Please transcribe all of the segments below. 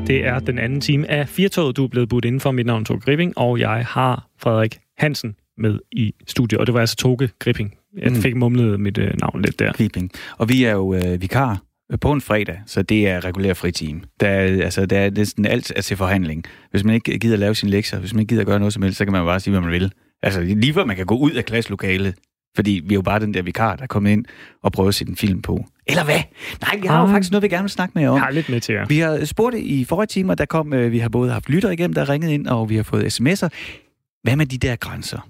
Det er den anden time af Firtoget. Du er blevet budt inden for. Mit navn er Toge Gripping, og jeg har Frederik Hansen med i studiet. Og det var altså Toge Gripping. Jeg fik mumlet mit navn lidt der. Gripping. Og vi er jo vikar på en fredag, så det er regulær fritime. Der er næsten alt til forhandling. Hvis man ikke gider lave sine lektier, hvis man ikke gider gøre noget som helst, så kan man bare sige, hvad man vil. Altså lige før man kan gå ud af klasselokalet, fordi vi er jo bare den der vikar, der er kommet ind og prøver at sætte en film på. Eller hvad? Nej, vi har jo faktisk noget, vi gerne vil snakke med om. Jeg har lidt med til jer. Vi har spurgt i forrige timer, der kom, vi har både haft lytter igennem, der er ringet ind, og vi har fået sms'er. Hvad med de der grænser?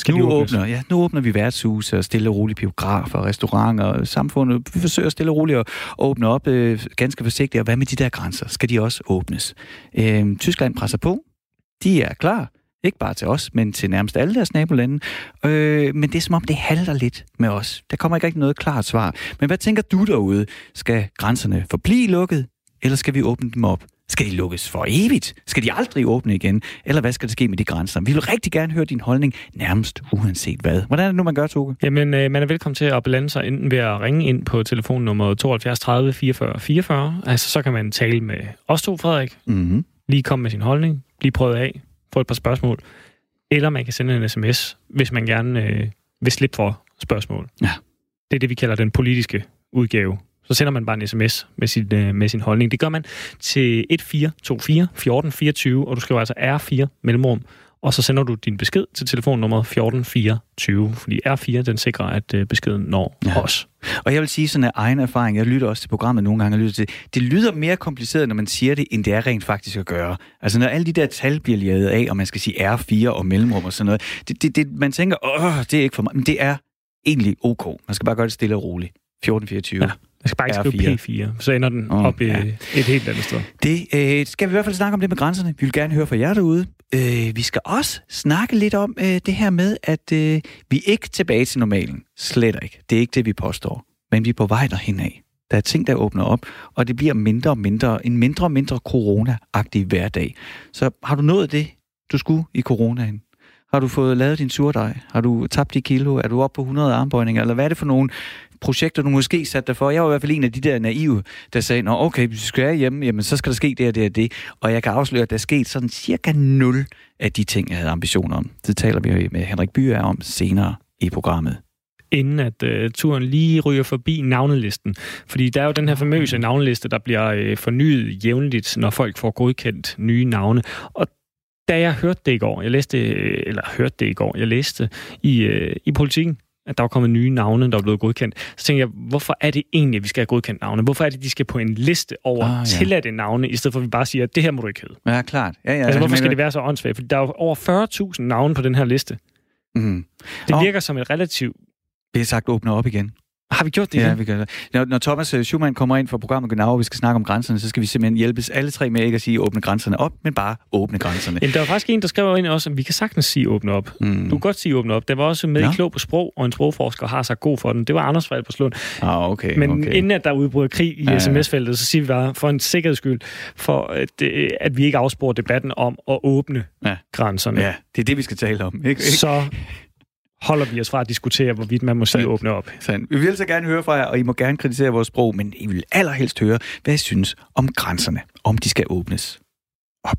Nu åbner vi værtshuse og stille og roligt biografer, restauranter og samfundet. Vi forsøger stille og roligt at åbne op ganske forsigtigt. Og hvad med de der grænser? Skal de også åbnes? Tyskland presser på. De er klar. Ikke bare til os, men til nærmest alle deres nabolande. Men det er som om, det halter lidt med os. Der kommer ikke rigtig noget klart svar. Men hvad tænker du derude? Skal grænserne forblive lukket, eller skal vi åbne dem op? Skal de lukkes for evigt? Skal de aldrig åbne igen? Eller hvad skal der ske med de grænser? Vi vil rigtig gerne høre din holdning, nærmest uanset hvad. Hvordan er det nu, man gør, Toge? Jamen, man er velkommen til at blande sig enten ved at ringe ind på telefonnummer 72 30 44 44. Altså, så kan man tale med os to, Frederik. Mm-hmm. Lige komme med sin holdning. Lige prøve af. Få et par spørgsmål. Eller man kan sende en sms, hvis man gerne vil slippe for spørgsmål. Ja. Det er det, vi kalder den politiske udgave. Så sender man bare en sms med sin holdning. Det gør man til 1424 1424, og du skriver altså R4 mellemrum, og så sender du din besked til telefonnummer 1424, fordi R4, den sikrer, at beskeden når os. Og jeg vil sige sådan af egen erfaring, jeg lytter også til programmet nogle gange, det lyder mere kompliceret, når man siger det, end det er rent faktisk at gøre. Altså når alle de der tal bliver lavet af, og man skal sige R4 og mellemrum og sådan noget, man tænker, det er ikke for mig, men det er egentlig ok. Man skal bare gøre det stille og roligt. 1424. Ja. Jeg skal bare ikke skrive P4, så ender den op i et helt andet sted. Det skal vi i hvert fald snakke om det med grænserne. Vi vil gerne høre fra jer derude. Vi skal også snakke lidt om det her med, at vi ikke er tilbage til normalen. Slet ikke. Det er ikke det, vi påstår. Men vi er på vej derhen af. Der er ting, der åbner op, og det bliver en mindre og mindre corona-agtig hverdag. Så har du nået det, du skulle i coronaen? Har du fået lavet din surdej? Har du tabt de kilo? Er du oppe på 100 armbøjninger? Eller hvad er det for nogle projekter, du måske satte dig for? Jeg var i hvert fald en af de der naive, der sagde, nå okay, hvis vi skal være hjemme, jamen så skal der ske det og det og det. Og jeg kan afsløre, at der er sket sådan cirka 0 af de ting, jeg havde ambitioner om. Det taler vi med Henrik Byer om senere i programmet. Inden at turen lige ryger forbi navnelisten. Fordi der er jo den her famøse navneliste, der bliver fornyet jævnligt, når folk får godkendt nye navne. Og da jeg hørte det i læste i Politiken, at der var kommet nye navne, der var blevet godkendt, så tænkte jeg, hvorfor er det egentlig, at vi skal have godkendt navne? Hvorfor er det, de skal på en liste over tilladte navne, i stedet for at vi bare siger, at det her må du ikke hedde? Ja, klart. Ja, altså, hvorfor skal det være så åndssvagt? Fordi der er jo over 40.000 navne på den her liste. Mm. Det virker som et relativt... Vi har sagt, åbne op igen. Har vi gjort det? Ja, vi gør det. Når Thomas Schumann kommer ind for programmet Genau, og vi skal snakke om grænserne, så skal vi simpelthen hjælpes alle tre med ikke at sige åbne grænserne op, men bare åbne grænserne. Jamen, der var faktisk en, der skrev ind også, at vi kan sagtens sige åbne op. Du kan godt sige åbne op. Der var også med i Klog på Sprog, og en sprogforsker har sagt god for den. Det var Anders fra Albertslund. Okay. Men inden at der udbryder krig i sms-feltet, så siger vi bare for en sikkerheds skyld, for at vi ikke afsporer debatten om at åbne grænserne. Ja, det er det, vi skal tale om. Ikke? Så holder vi os fra at diskutere, hvorvidt man må sige åbne op. Vi vil altså gerne høre fra jer, og I må gerne kritisere vores sprog, men I vil allerhelst høre, hvad I synes om grænserne, om de skal åbnes op.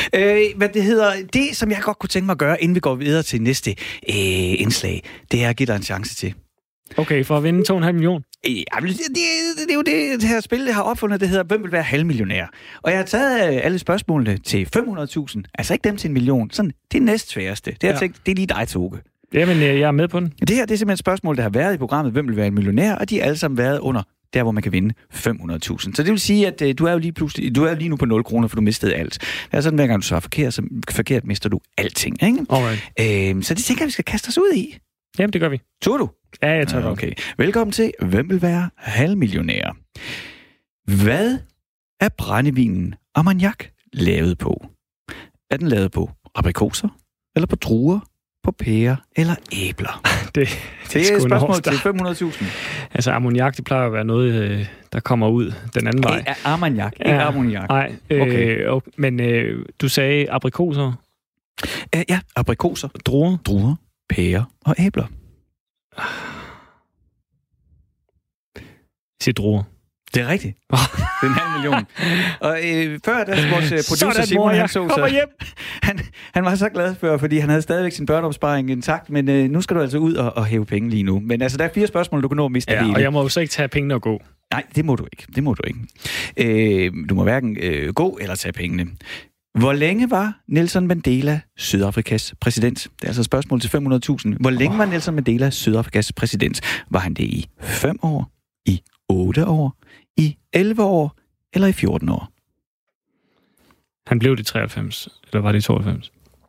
Det, som jeg godt kunne tænke mig at gøre, inden vi går videre til næste indslag, det er at give dig en chance til. Okay, for at vinde 2,5 millioner? Ja, det er jo det her spil, det har opfundet, det hedder, hvem vil være halvmillionær? Og jeg har taget alle spørgsmålene til 500.000, altså ikke dem til 1 million. Sådan, det er næstsværeste. Det har jeg tænkt, det er lige dig, Toge. Jamen, jeg er med på den. Det her, det er simpelthen et spørgsmål, der har været i programmet, hvem vil være en millionær, og de har alle sammen været under der, hvor man kan vinde 500.000. Så det vil sige, at du er jo lige nu på 0 kroner, for du mistede alt. Det er sådan, hver gang du svarer forkert, mister du alting, ikke? Alright. Så det tænker jeg, vi skal kaste os ud i. Jamen, det gør vi. Tror du? Ja, jeg tror okay. Velkommen til, hvem vil være halvmillionær? Hvad er brændevinen Armagnac lavet på? Er den lavet på aprikoser, eller på druer, på pærer eller æbler? Det er et spørgsmål til 500.000. Altså, ammoniak, det plejer at være noget, der kommer ud den anden vej. Armagnac, ikke ammoniak. Nej, okay. Men du sagde aprikoser? Ja, aprikoser. Druer, pærer og æbler. Sig druer. Det er rigtigt. Det er 500.000. Og før, da vores producer Simon, han så sig, han var så glad for, fordi han havde stadigvæk sin børneopsparing intakt, men nu skal du altså ud og hæve penge lige nu. Men altså, der er 4 spørgsmål, du kan nå at miste det. Og jeg må jo så ikke tage pengene og gå. Nej, det må du ikke. Du må hverken gå eller tage pengene. Hvor længe var Nelson Mandela Sydafrikas præsident? Det er altså et spørgsmål til 500.000. Hvor længe var Nelson Mandela Sydafrikas præsident? Var han det i 5 år, i 8 år, i 11 år eller i 14 år? Han blev det 93, eller var det i 92?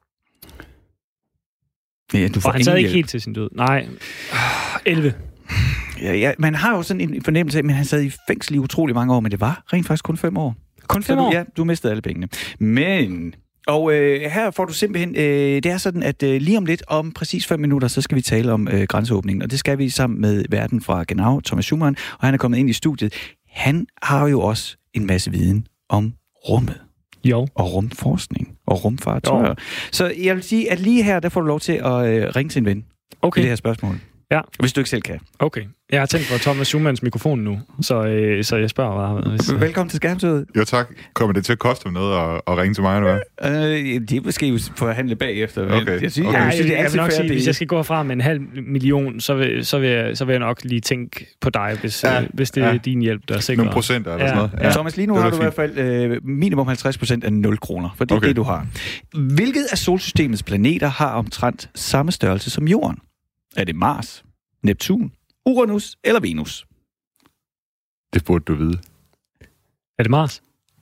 Ja, du får han sad ikke helt til sin død. Nej, 11. Ja, man har jo sådan en fornemmelse af, at han sad i fængsel i utrolig mange år, men det var rent faktisk kun 5 år. Kun 5 år? Ja, du mistede alle pengene. Men, og her får du simpelthen, det er sådan, at lige om lidt, om præcis 5 minutter, så skal vi tale om grænseåbningen, og det skal vi sammen med verden fra Genau, Thomas Schumann, og han er kommet ind i studiet. Han har jo også en masse viden om rummet. Jo. Og rumforskning og rumfartøjer. Jo. Så jeg vil sige, at lige her, der får du lov til at ringe til en ven i det her spørgsmål. Ja. Hvis du ikke selv kan. Okay. Jeg har tænkt på Thomas Schumanns mikrofon nu, så jeg spørger bare. Velkommen til Skærmtøjet. Jo tak. Kommer det til at koste noget at ringe til mig, eller hvad? Det er måske jo forhandle bagefter. Okay. Jeg synes, jeg vil nok sige, hvis jeg skal gå herfra med 500.000, så vil jeg nok lige tænke på dig, hvis det er din hjælp, der sikrer. Nogle procenter eller sådan noget. Ja. Thomas, lige nu har du i hvert fald minimum 50% af 0 kroner, for det er det, du har. Hvilket af solsystemets planeter har omtrent samme størrelse som Jorden? Er det Mars, Neptun, Uranus eller Venus? Det burde du vide. Er det Mars?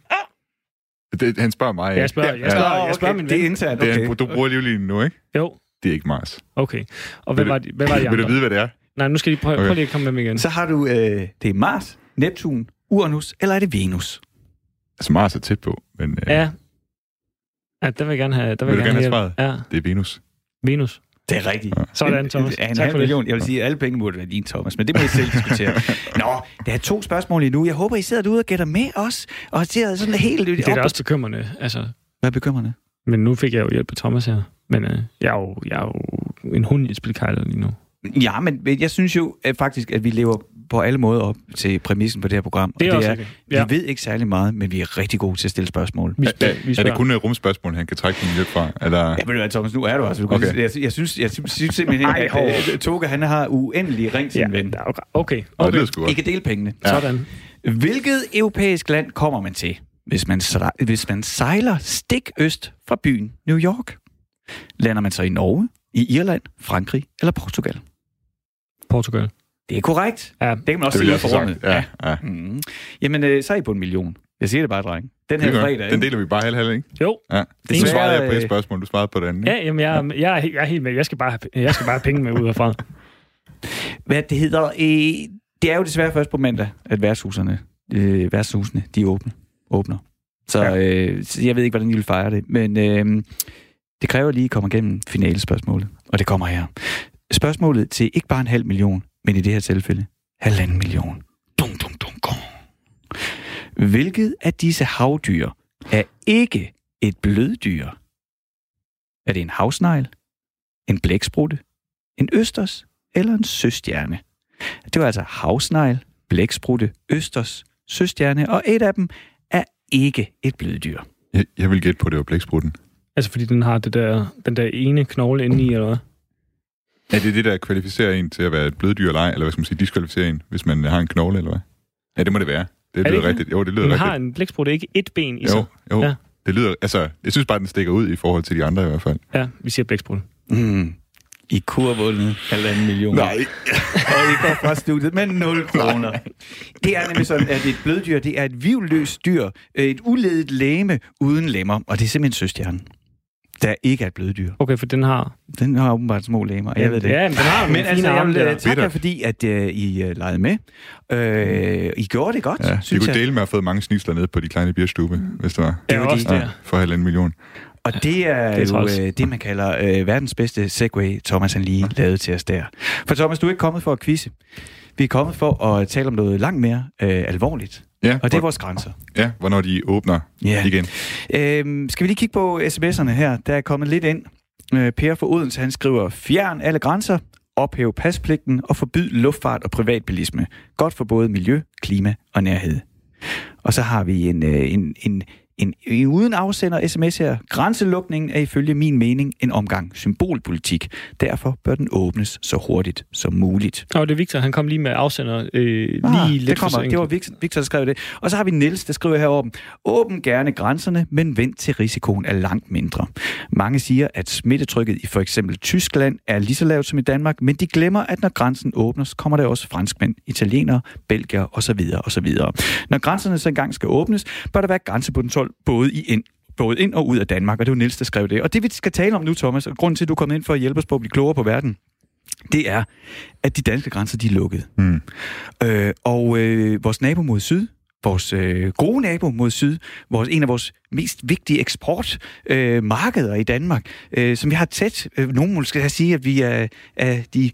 Han spørger mig. Jeg spørger min ven. Det er internt, okay. Du bruger livlinjen nu, ikke? Jo. Det er ikke Mars. Okay. Og hvad var de andre? Vil du vide, hvad det er? Nej, nu skal de prøve lige at komme med mig igen. Så har du, det er Mars, Neptun, Uranus, eller er det Venus? Altså Mars er tæt på, men... Ja, der vil jeg gerne have... Vil du gerne have svaret? Ja. Det er Venus. Venus. Det er rigtigt. Ja. Sådan, Thomas. Tak for det. Jeg vil sige, at alle penge burde være din, Thomas, men det må I selv diskutere. Nå, der er 2 spørgsmål endnu. Jeg håber, I sidder derude og gætter med os, og ser sådan helt... Det er da også bekymrende, altså. Hvad er bekymrende? Men nu fik jeg jo hjælp af Thomas her. Men jeg er jo en hund i et spilkejler lige nu. Ja, men jeg synes jo faktisk, at vi lever på alle måder op til præmissen på det her program. Det er også okay. Ja. Vi ved ikke særlig meget, men vi er rigtig gode til at stille spørgsmål. Er det kun et rumspørgsmål, han kan trække din hjælp fra? Eller? Ja, men Thomas, nu er du altså. Okay. Jeg synes simpelthen, at Toga, han har uendelig ring til en ven. Okay. I kan dele pengene. Ja. Sådan. Hvilket europæisk land kommer man til, hvis man sejler stik øst fra byen New York? Lander man så i Norge, i Irland, Frankrig eller Portugal? Portugal. Det er korrekt. Ja. Det kan man også sige for rummet. Ja. Mm. Jamen, så er I på 1 million. Jeg siger det bare, dreng. Den her fredag. Den deler vi bare halv, ikke? Jo. Ja. Du svarede jeg på et spørgsmål, du svarede på det andet. Ja, jamen, jeg er helt med. Jeg skal bare have penge med ud herfra. Hvad det hedder? Det er jo desværre først på mandag, at værtshusene, de åbner. Så jeg ved ikke, hvordan I vil fejre det. Men det kræver lige at komme igennem finalespørgsmålet. Og det kommer her. Spørgsmålet til ikke bare 500.000, men i det her tilfælde 1,5 million. Hvilket af disse havdyr er ikke et bløddyr? Er det en havsnegl, en blæksprutte, en østers eller en søstjerne? Det var altså havsnegl, blæksprutte, østers, søstjerne, og et af dem er ikke et bløddyr. Jeg vil gætte på, det var blæksprutten. Altså fordi den har den der ene knogle inde i, eller hvad? Er det det, der kvalificerer en til at være et bløddyr eller ej, eller hvad skal man sige, diskvalificerer en, hvis man har en knogle, eller hvad? Ja, det må det være. Det lyder rigtigt. Jo, det lyder rigtigt. Den har en blæksprutte ikke et ben i sig. Jo. Ja. Det lyder, altså, jeg synes bare, den stikker ud i forhold til de andre i hvert fald. Ja, vi siger blæksprutte. I kunne have vundet 1,5 million. Nej. Og I går fra studiet med 0 kroner. Det er nemlig sådan, at et bløddyr, det er et vivløst dyr, et uledet legeme uden lemmer, og det er simpelthen søstjernen, der ikke er et bløddyr. Okay, for den har åbenbart små lemmer, jeg ved det. Ja, men den har men altså, jeg vil takke jer, fordi at I legede med. I gjorde det godt, synes jeg. I kunne dele med at have fået mange snitsler ned på de kleine bierstube, hvis det var. Det var også det. For 1,5 million. Og det er jo det, man kalder verdens bedste segway, Thomas han lige lavede til os der. For Thomas, du er ikke kommet for at quizze. Vi er kommet for at tale om noget langt mere alvorligt. Ja, og det er vores grænser. Ja, hvornår de åbner igen. Skal vi lige kigge på sms'erne her? Der er kommet lidt ind. Per fra Odense, han skriver, fjern alle grænser, ophæve paspligten og forbyde luftfart og privatbilisme. Godt for både miljø, klima og nærhed. Og så har vi en uden afsender sms her. Grænselukningen er ifølge min mening en omgang symbolpolitik. Derfor bør den åbnes så hurtigt som muligt. Og det er Victor, han kom lige med afsender lige lidt for sent. Det var Victor, der skrev det. Og så har vi Niels, der skriver heroppe. Åbn gerne grænserne, men vent til risikoen er langt mindre. Mange siger, at smittetrykket i for eksempel Tyskland er lige så lavt som i Danmark, men de glemmer, at når grænsen åbnes, kommer der også franskmænd, italienere, belgier osv. osv. Når grænserne så engang skal åbnes, bør der være grænsekontrol både ind og ud af Danmark, og det var Niels, der skrev det. Og det, vi skal tale om nu, Thomas, og grunden til, at du er kommet ind for at hjælpe os på at blive klogere på verden, det er, at de danske grænser, de er lukket. Vores nabo mod syd, vores gode nabo mod syd, en af vores mest vigtige eksportmarkeder i Danmark, som vi har tæt. Nogen måske skal sige, at vi er de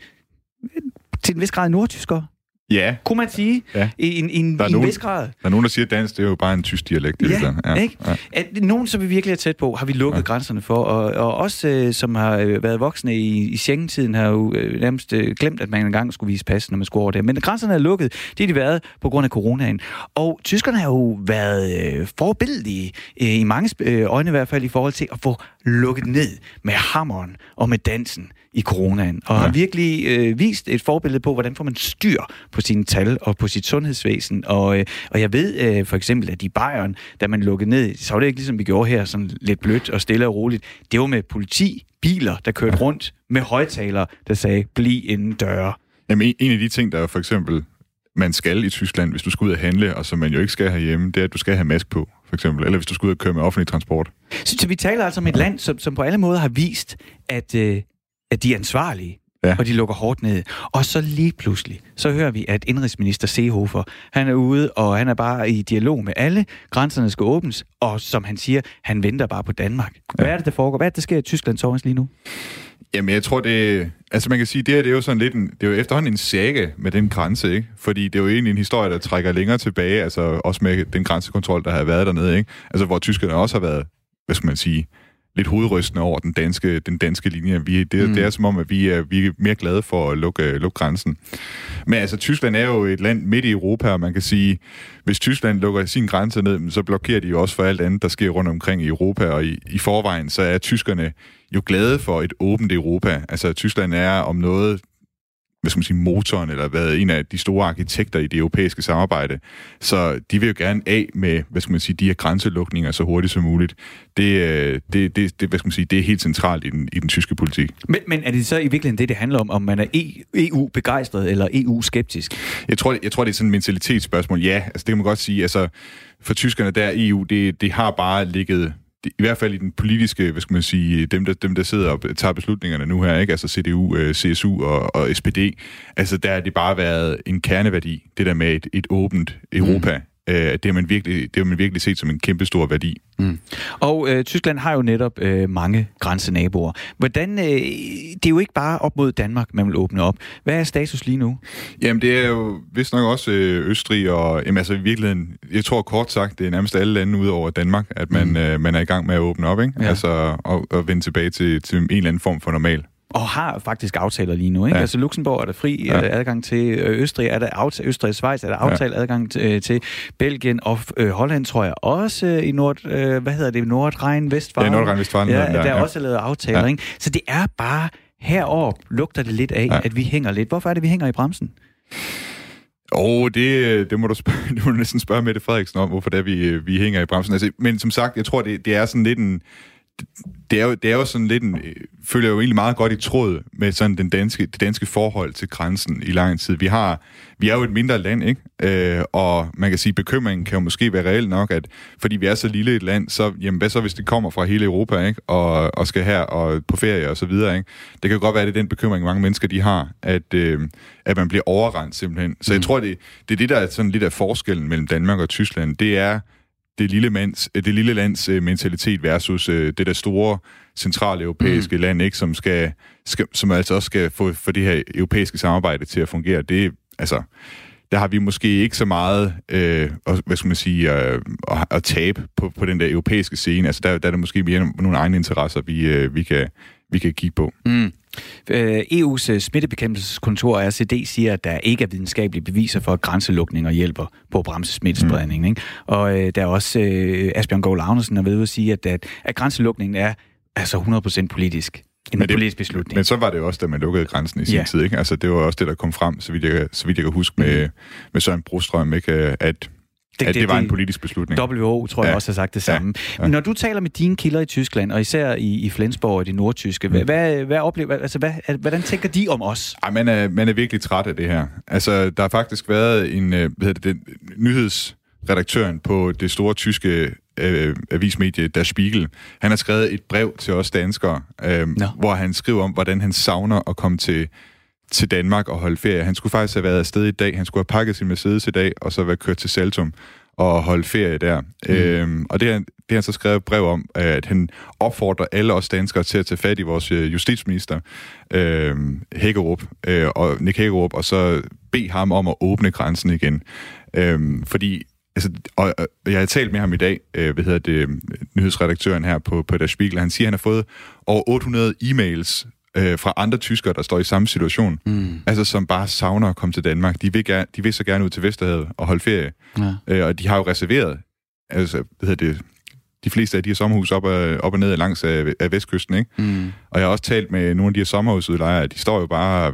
til en vis grad nordtyskere. Ja. Kunne man sige, i en vis grad. Der er nogen, der siger, at dansk det er jo bare en tysk dialekt. Ikke? At nogen, som vi virkelig er tæt på, har vi lukket grænserne for, og også som har været voksne i Schengen-tiden, har jo nærmest glemt, at man engang skulle vise pas, når man skulle over det. Men grænserne er lukket. Det har de været på grund af coronaen. Og tyskerne har jo været forbilledlige, i mange øjne i hvert fald, i forhold til at få lukket ned med hammeren og med dansen i coronaen, og har virkelig vist et forbillede på, hvordan får man styr på sine tal og på sit sundhedsvæsen. Og jeg ved for eksempel, at i Bayern, da man lukkede ned, så var det ikke ligesom vi gjorde her, sådan lidt blødt og stille og roligt. Det var med politi, biler, der kørte rundt med højtalere, der sagde, bliv inden døre. Jamen, en af de ting, der for eksempel man skal i Tyskland, hvis du skal ud og handle, og som man jo ikke skal herhjemme, det er, at du skal have mask på, for eksempel. Eller hvis du skal ud og køre med offentlig transport. Så vi taler altså om et land, som på alle måder har vist, at de er ansvarlige, og de lukker hårdt ned. Og så lige pludselig, så hører vi, at indrigsminister Seehofer, han er ude, og han er bare i dialog med alle. Grænserne skal åbnes, og som han siger, han venter bare på Danmark. Hvad er det, der foregår? Hvad er det, der sker i Tyskland, Thomas, lige nu? Jamen, jeg tror, altså man kan sige, det er jo sådan lidt det er jo efterhånden en saga med den grænse, ikke? Fordi det er jo egentlig en historie, der trækker længere tilbage, altså også med den grænsekontrol, der har været dernede, ikke? Altså, hvor tyskerne også har været, hvad skal man sige, lidt hovedrystende over den danske linje. Det er som om, at vi er mere glade for at lukke grænsen. Men altså, Tyskland er jo et land midt i Europa, og man kan sige, hvis Tyskland lukker sin grænse ned, så blokerer de jo også for alt andet, der sker rundt omkring i Europa, og i forvejen, så er tyskerne jo glade for et åbent Europa. Altså, Tyskland er om noget, hvad skal man sige, motoren, eller været en af de store arkitekter i det europæiske samarbejde. Så de vil jo gerne af med, hvad skal man sige, de her grænselukninger så hurtigt som muligt. Det hvad skal man sige, det er helt centralt i den tyske politik. Men er det så i virkeligheden det handler om man er EU-begejstret eller EU-skeptisk? Jeg tror, det er sådan et mentalitetsspørgsmål. Ja, altså det kan man godt sige. Altså, for tyskerne der EU, det har bare ligget, i hvert fald i den politiske, hvad skal man sige, dem der sidder og tager beslutningerne nu her, ikke? Altså CDU, CSU og SPD. Altså der har det bare været en kerneværdi, det der med et åbent Europa. Det har man virkelig set som en kæmpestor værdi. Og Tyskland har jo netop mange grænsenaboer. Hvordan, det er jo ikke bare op mod Danmark, man vil åbne op. Hvad er status lige nu? Jamen det er jo vist nok også Østrig og, jamen altså i virkeligheden, jeg tror kort sagt, det er nærmest alle lande ud over Danmark, at man er i gang med at åbne op, ikke? Ja. Altså og vende tilbage til en eller anden form for normal. Og har faktisk aftaler lige nu, ikke? Ja. Altså Luxembourg er der fri adgang til, Østrig er der Østrig og Schweiz er der aftale adgang til, Belgien og Holland tror jeg også i Nordrhein-Westfalen. Ja, Nordrhein-Westfalen. Ja, der er også lavet aftaler, ikke? Så det er bare heroppe lugter det lidt af, at vi hænger lidt. Hvorfor er det, vi hænger i bremsen? Det må du næsten spørge Mette Frederiksen om, hvorfor det er, vi hænger i bremsen. Altså, men som sagt, jeg tror, det er sådan lidt en... Det er jo sådan lidt følger jo egentlig meget godt i tråd med sådan det danske forhold til grænsen i lang tid. Vi er jo et mindre land, ikke? Og man kan sige, bekymringen kan jo måske være reelt nok, at fordi vi er så lille et land, så jamen, hvad så hvis det kommer fra hele Europa, ikke? Og skal her og på ferie og så videre, ikke? Det kan jo godt være, at det er den bekymring, mange mennesker de har, at man bliver overrendt simpelthen. Så jeg tror, det er det, der er sådan lidt af forskellen mellem Danmark og Tyskland. Det er det lille lands mentalitet versus det der store centrale europæiske land, ikke, som altså også skal få det her europæiske samarbejde til at fungere. Det altså, der har vi måske ikke så meget hvad skal man sige, at tabe på den der europæiske scene. Altså der er det måske mere nogle egne interesser, vi kan kigge på. EU's smittebekæmpelseskontor, RCD, siger, at der ikke er videnskabelige beviser for, at grænselukninger hjælper på at bremse smittespredningen. Ikke? Og der er også Asbjørn Goul Agnersen har været ude at sige, at grænselukningen er altså 100% politisk. En politisk beslutning. Men så var det jo også, da man lukkede grænsen i sin tid. Ikke? Altså, det var også det, der kom frem, så vidt jeg kan huske med Søren Brostrøm, ikke? At det var en politisk beslutning. WHO, tror jeg også har sagt det samme. Ja. Når du taler med dine kilder i Tyskland, og især i Flensborg og det nordtyske, hvordan tænker de om os? Ej, man er virkelig træt af det her. Altså, der har faktisk været en nyhedsredaktøren på det store tyske avismedie Der Spiegel. Han har skrevet et brev til os danskere, hvor han skriver om, hvordan han savner at komme til Danmark og holde ferie. Han skulle faktisk have været afsted i dag. Han skulle have pakket sin Mercedes i dag, og så være kørt til Saltum og holde ferie der. Og det har han så skrevet et brev om, at han opfordrer alle os danskere til at tage fat i vores justitsminister, Hækkerup, og Nick Hækkerup, og så bede ham om at åbne grænsen igen. Fordi altså, og jeg har talt med ham i dag, nyhedsredaktøren her på Der Spiegel, han siger, at han har fået over 800 e-mails fra andre tyskere, der står i samme situation, altså som bare savner at komme til Danmark. De vil så gerne ud til Vesterhavet og holde ferie. Ja. Og de har jo reserveret, altså, de fleste af de her sommerhus op og ned langs af vestkysten, ikke? Og jeg har også talt med nogle af de her sommerhusudlejere, de står jo bare,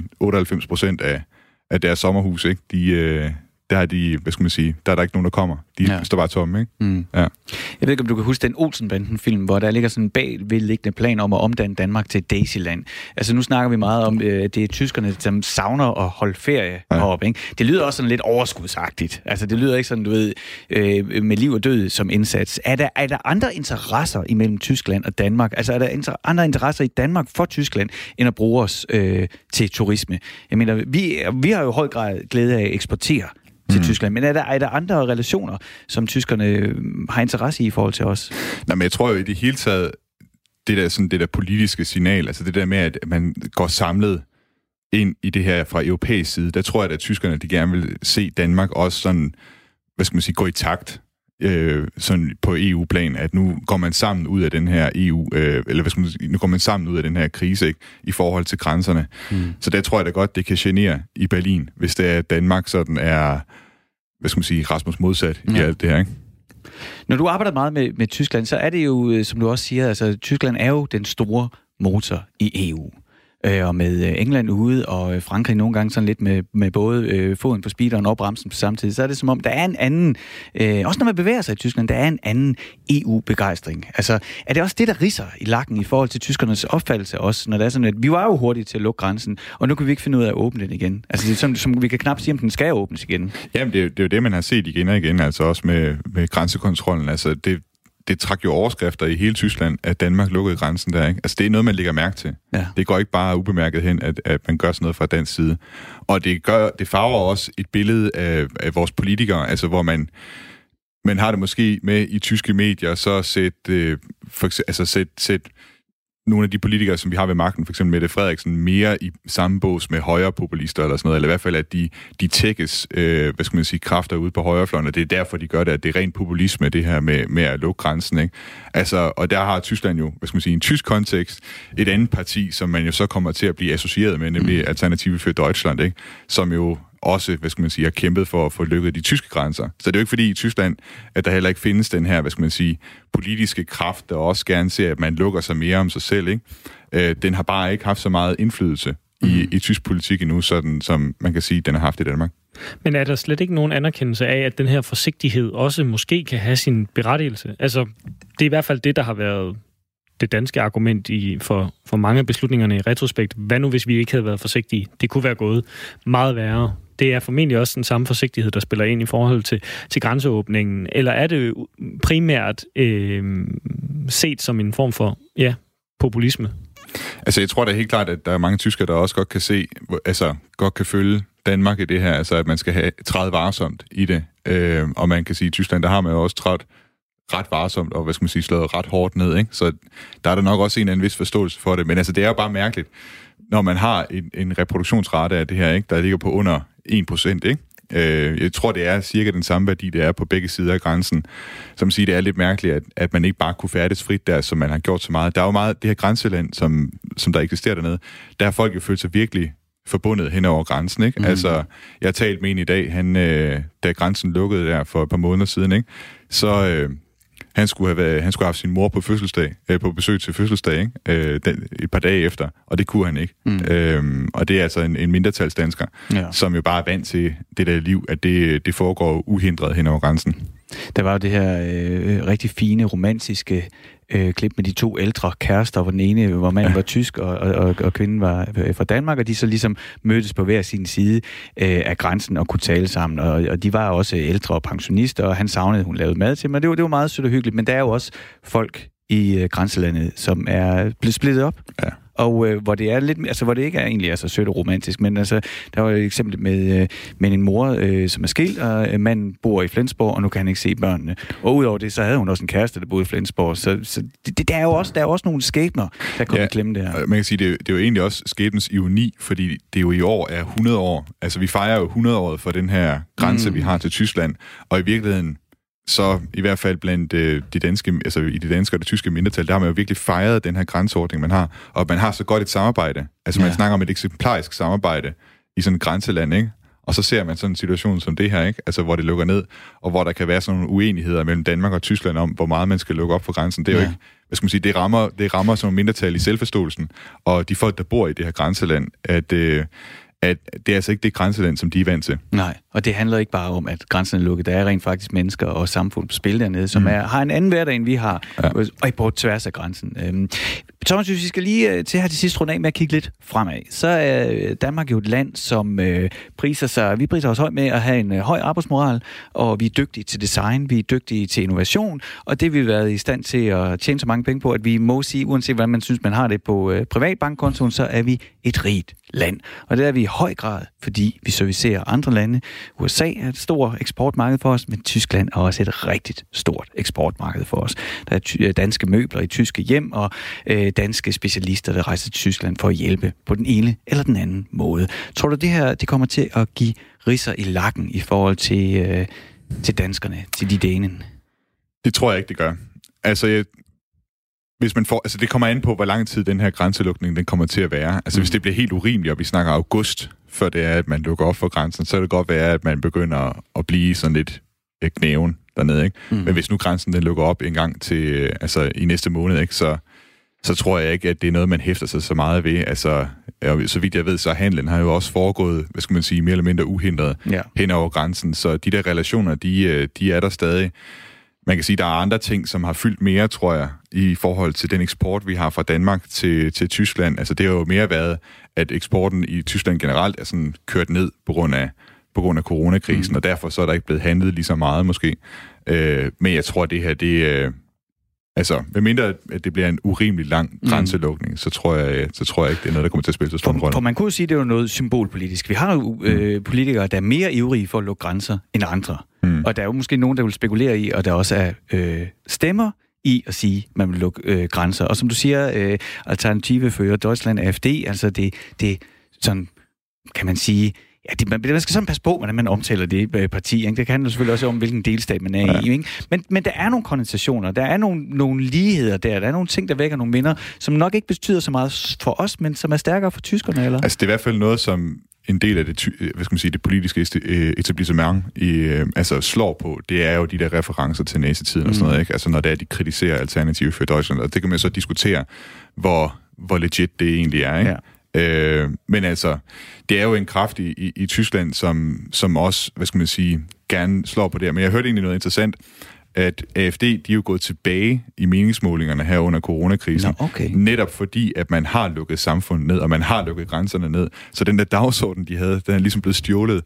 98% af deres sommerhus, ikke? Der er der ikke nogen, der kommer. De står bare tomme, ikke? Ja. Jeg ved ikke, om du kan huske den Olsenbanden-film, hvor der ligger sådan en bagvedliggende plan om at omdanne Danmark til Daisyland. Altså, nu snakker vi meget om, at det er tyskerne, som savner at holde ferie heroppe, ikke? Det lyder også sådan lidt overskudsagtigt. Altså, det lyder ikke sådan, du ved, med liv og død som indsats. Er der andre interesser imellem Tyskland og Danmark? Altså, er der andre interesser i Danmark for Tyskland, end at bruge os til turisme? Jeg mener, vi har jo i høj grad glæde af at eksportere til Tyskland. Men er der andre relationer, som tyskerne har interesse i forhold til os? Nej, men jeg tror jo i det hele taget, det der politiske signal, altså det der med, at man går samlet ind i det her fra europæisk side, der tror jeg, at tyskerne de gerne vil se Danmark også sådan, gå i takt sådan på EU-plan, at nu går man sammen ud af den her nu går man sammen ud af den her krise, ikke, i forhold til grænserne. Så der tror jeg da godt, det kan genere i Berlin, hvis det er, at Danmark sådan er, Rasmus modsat i alt det her, ikke? Når du arbejder meget med Tyskland, så er det jo, som du også siger, altså Tyskland er jo den store motor i EU. Og med England ude, og Frankrig nogle gange sådan lidt med både foden på speederen og bremsen på samme tid, så er det som om, der er en anden, også når man bevæger sig i Tyskland, der er en anden EU-begejstring. Altså, er det også det, der ridser i lakken i forhold til tyskernes opfattelse også, når det er sådan, at vi var jo hurtige til at lukke grænsen, og nu kan vi ikke finde ud af at åbne den igen. Altså, det er som vi kan knap sige, om den skal åbnes igen. Jamen, det er jo det, man har set igen og igen, altså også med grænsekontrollen. Altså, det trak jo overskrifter i hele Tyskland, at Danmark lukkede grænsen der, ikke? Altså, det er noget, man lægger mærke til. Ja. Det går ikke bare ubemærket hen, at man gør sådan noget fra dansk side. Og det farver også et billede af vores politikere, altså hvor man har det måske med i tyske medier, så sæt nogle af de politikere, som vi har ved magten, for eksempel Mette Frederiksen, mere i samme bås med højrepopulister eller sådan noget, eller i hvert fald, at de tækkes, kræfter ude på højrefløjen, og det er derfor, de gør det, at det er ren populisme, det her med at lukke grænsen, ikke? Altså, og der har Tyskland jo, i en tysk kontekst, et andet parti, som man jo så kommer til at blive associeret med, nemlig Alternative für Deutschland, ikke? Som jo også, har kæmpet for at få lukket de tyske grænser. Så det er jo ikke fordi i Tyskland, at der heller ikke findes den her, politiske kraft, der også gerne ser, at man lukker sig mere om sig selv, ikke? Den har bare ikke haft så meget indflydelse i tysk politik endnu, sådan som man kan sige, den har haft i Danmark. Men er der slet ikke nogen anerkendelse af, at den her forsigtighed også måske kan have sin berettigelse? Altså, det er i hvert fald det, der har været det danske argument for mange af beslutningerne i retrospekt. Hvad nu, hvis vi ikke havde været forsigtige? Det kunne være gået meget værre. Det er formentlig også den samme forsigtighed, der spiller ind i forhold til grænseåbningen. Eller er det primært set som en form for populisme? Altså, jeg tror da helt klart, at der er mange tyskere, der også godt kan se, godt kan følge Danmark i det her, altså at man skal træde varsomt i det. Og man kan sige, at i Tyskland, der har man jo også trædt ret varsomt, og slået ret hårdt ned, ikke? Så der er der nok også en eller anden vis forståelse for det. Men altså, det er jo bare mærkeligt, når man har en reproduktionsrate af det her, ikke, der ligger på under 1%, ikke? Jeg tror, det er cirka den samme værdi, det er på begge sider af grænsen. Som siger, det er lidt mærkeligt, at man ikke bare kunne færdes frit der, som man har gjort så meget. Der er jo meget det her grænseland, som der eksisterer dernede. Der har folk jo følt sig virkelig forbundet hen over grænsen, ikke? Altså, jeg har talt med en i dag, da grænsen lukkede der for et par måneder siden, ikke? Så han skulle have haft sin mor på fødselsdag, på besøg til fødselsdag, ikke? Et par dage efter, og det kunne han ikke. Og det er altså en mindretalsdansker, som jo bare er vant til det der liv, at det foregår uhindret hen over grænsen. Der var jo det her rigtig fine, romantiske klip med de to ældre kærester, hvor den ene, hvor manden var tysk, og kvinden var fra Danmark, og de så ligesom mødtes på hver sin side af grænsen og kunne tale sammen, og de var også ældre og pensionister, og han savnede, hun lavede mad til mig. Det var meget sødt og hyggeligt, men der er jo også folk i grænselandet, som er blevet splittet op. Ja. Og hvor det er lidt, altså hvor det ikke er egentlig så sødt og romantisk, men altså der var et eksempel med en mor, som er skilt, og manden bor i Flensborg, og nu kan han ikke se børnene. Og udover det, så havde hun også en kæreste, der boede i Flensborg. Så der er jo også nogle skæbner, der kommer til klemme det her. Man kan sige, det er jo egentlig også skæbnens ironi, fordi det jo i år er 100 år. Altså vi fejrer jo 100-året for den her grænse, vi har til Tyskland, og i virkeligheden så i hvert fald blandt de danske, altså i det danske og det tyske mindretal, der har man jo virkelig fejret den her grænseordning, man har, og man har så godt et samarbejde. Altså man snakker om et eksemplarisk samarbejde i sådan et grænseland, ikke? Og så ser man sådan en situation som det her, ikke? Altså hvor det lukker ned, og hvor der kan være sådan nogle uenigheder mellem Danmark og Tyskland om, hvor meget man skal lukke op for grænsen. Det er jo ikke, hvad skal man sige, det rammer som mindretal i selvforståelsen, og de folk, der bor i det her grænseland, at det er altså ikke det grænseland, som de er vant til. Nej, og det handler ikke bare om, at grænsen er lukket. Der er rent faktisk mennesker og samfund på spil dernede, som har en anden hverdag, end vi har, og på tværs af grænsen. Thomas, hvis vi skal lige til her til sidst runde af med at kigge lidt fremad, så er Danmark jo et land, som priser os højt med at have en høj arbejdsmoral, og vi er dygtige til design, vi er dygtige til innovation, og det vi har været i stand til at tjene så mange penge på, at vi må sige, uanset hvordan man synes, man har det på privat bankkontoen, så er vi et rigt land. Og det er vi i høj grad, fordi vi servicerer andre lande. USA er et stort eksportmarked for os, men Tyskland er også et rigtig stort eksportmarked for os. Der er danske møbler i tyske hjem, og danske specialister, der rejser til Tyskland for at hjælpe på den ene eller den anden måde. Tror du, det her det kommer til at give ridser i lakken i forhold til danskerne, til de dænen? Det tror jeg ikke, det gør. Altså, hvis man får, altså det kommer an på, hvor lang tid den her grænselukning den kommer til at være. Altså hvis det bliver helt urimeligt, og vi snakker august, før det er, at man lukker op for grænsen, så kan det godt være, at man begynder at blive sådan lidt knæven dernede, ikke? Men hvis nu grænsen den lukker op en gang til, altså i næste måned, ikke, så tror jeg ikke, at det er noget, man hæfter sig så meget ved. Altså, så vidt jeg ved, så handlen har jo også foregået, hvad skal man sige, mere eller mindre uhindret hen over grænsen. Så de der relationer, de er der stadig. Man kan sige, at der er andre ting, som har fyldt mere, tror jeg, i forhold til den eksport, vi har fra Danmark til Tyskland. Altså det har jo mere været, at eksporten i Tyskland generelt er sådan kørt ned på grund af coronakrisen, og derfor så er der ikke blevet handlet lige så meget måske. Men jeg tror, det her, altså, medmindre at det bliver en urimelig lang grænselukning, så tror jeg ikke, det er noget, der kommer til at spille så stor en rolle. For man kunne jo sige, at det er noget symbolpolitisk. Vi har jo politikere, der er mere ivrige for at lukke grænser end andre. Og der er jo måske nogen, der vil spekulere i, og der også er stemmer i at sige, at man vil lukke grænser. Og som du siger, Alternative for Deutschland, AfD, altså det sådan, kan man sige, ja, man skal sådan passe på, hvordan man omtaler det parti. Ikke? Det handler selvfølgelig også om, hvilken delstat man er i. Ikke? Men der er nogle kondensationer, der er nogle ligheder der er nogle ting, der vækker nogle minder, som nok ikke betyder så meget for os, men som er stærkere for tyskerne, eller? Altså, det er i hvert fald noget, som en del af det politiske etablissement altså slår på, det er jo de der referencer til nazitiden og sådan noget, ikke? Altså, når det er, de kritiserer Alternative for Deutschland, og det kan man så diskutere, hvor legit det egentlig er, ikke? Ja. Men altså, det er jo en kraft i Tyskland, som også, hvad skal man sige, gerne slår på det. Men jeg hørte egentlig noget interessant, at AfD, de er jo gået tilbage i meningsmålingerne her under coronakrisen. Netop fordi, at man har lukket samfundet ned, og man har lukket grænserne ned. Så den der dagsorden, de havde, den er ligesom blevet stjålet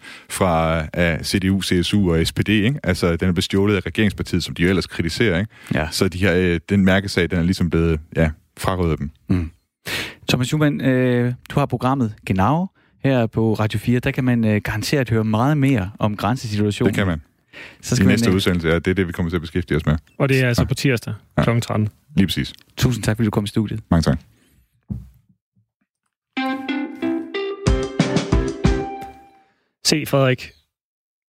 af CDU, CSU og SPD, ikke? Altså, den er blevet stjålet af regeringspartiet, som de jo ellers kritiserer, ikke? Ja. Så den mærkesag, den er ligesom blevet, frarøvet dem. Thomas Schumann, du har programmet Genau her på Radio 4. Der kan man garanteret høre meget mere om grænsesituationen. Det kan man. Så skal næste udsendelse, det er det, vi kommer til at beskæftige os med. Og det er altså på tirsdag kl. 13. Lige præcis. Tusind tak, fordi du kom i studiet. Mange tak. Se, Frederik.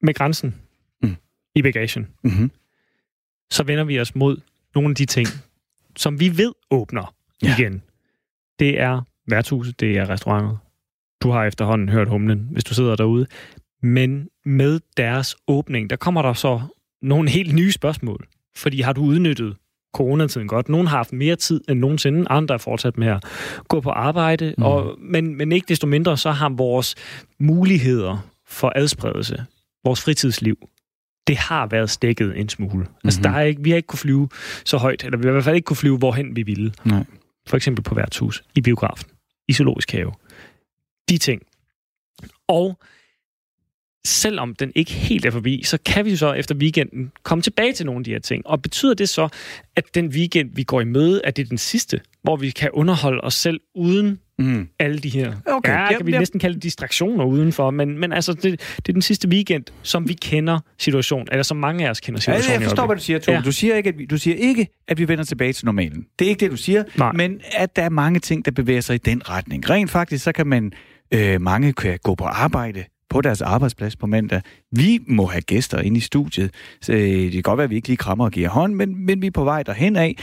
med grænsen i bagagen, så vender vi os mod nogle af de ting, som vi ved åbner igen. Det er værtshuset, det er restauranter. Du har efterhånden hørt humlen, hvis du sidder derude. Men med deres åbning, der kommer der så nogle helt nye spørgsmål. Fordi har du udnyttet coronatiden godt? Nogle har haft mere tid end nogensinde, andre er fortsat med at gå på arbejde. Men ikke desto mindre, så har vores muligheder for adspredelse, vores fritidsliv, det har været stækket en smule. Altså, vi har ikke kunne flyve så højt, eller vi har i hvert fald ikke kunne flyve, hvorhen vi ville. Nej. For eksempel på værtshus, i biografen, i zoologisk have. De ting. Og selvom den ikke helt er forbi, så kan vi så efter weekenden komme tilbage til nogle af de her ting. Og betyder det så, at den weekend, vi går i møde, at det er den sidste, hvor vi kan underholde os selv uden alle de her... Okay. Kan vi næsten kalde det distraktioner udenfor, men altså, det er den sidste weekend, som vi kender situationen, eller som mange af os kender situationen. Jeg forstår, hvad du siger, Tom. Ja. Du siger ikke, at vi vender tilbage til normalen. Det er ikke det, du siger, men at der er mange ting, der bevæger sig i den retning. Rent faktisk, så kan man... mange kan gå på arbejde på deres arbejdsplads på mandag. Vi må have gæster inde i studiet. Det kan godt være, at vi ikke lige krammer og giver hånd, men vi er på vej derhen af.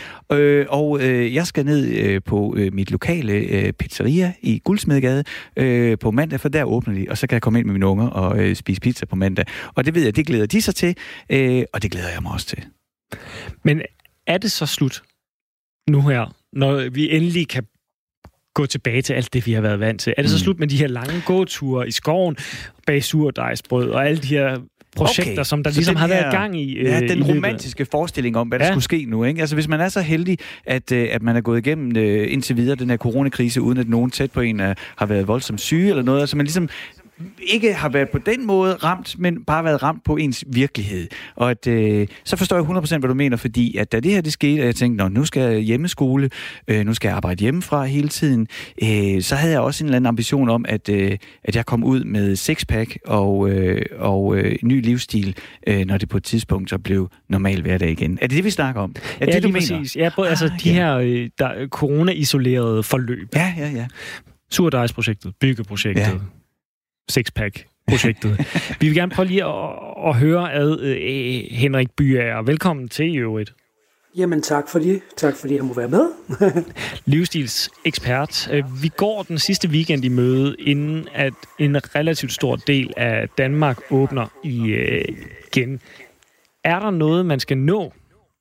Jeg skal ned på mit lokale pizzeria i Guldsmedegade på mandag, for der åbner de, og så kan jeg komme ind med mine unger og spise pizza på mandag. Og det ved jeg, det glæder de sig til, og det glæder jeg mig også til. Men er det så slut nu her, når vi endelig kan gå tilbage til alt det, vi har været vant til? Er det så slut med de her lange gåture i skoven, bag surdejsbrød og alle de her projekter, som der ligesom har været gang i? Ja, den romantiske forestilling om, hvad der skulle ske nu, ikke? Altså, hvis man er så heldig, at man er gået igennem indtil videre den her coronakrise, uden at nogen tæt på en har været voldsomt syge eller noget, altså man ligesom ikke har været på den måde ramt, men bare været ramt på ens virkelighed. Og at, så forstår jeg 100% hvad du mener, fordi at da det her det skete, og jeg tænkte, nu skal jeg hjemmeskole, nu skal jeg arbejde hjemmefra hele tiden, så havde jeg også en eller anden ambition om, at jeg kom ud med sixpack og ny livsstil, når det på et tidspunkt så blev normal hverdag igen. Er det det, vi snakker om? Er det, du mener? Præcis. Ja, altså de her corona-isolerede forløb. Ja. Surdejsprojektet, byggeprojektet. Sixpack-projektet. Vi vil gerne prøve lige at høre ad Henrik Byager. Velkommen til i øvrigt. Jamen tak for det. Tak fordi jeg må være med. Livsstilsekspert. Vi går den sidste weekend i møde, inden at en relativt stor del af Danmark åbner igen. Er der noget, man skal nå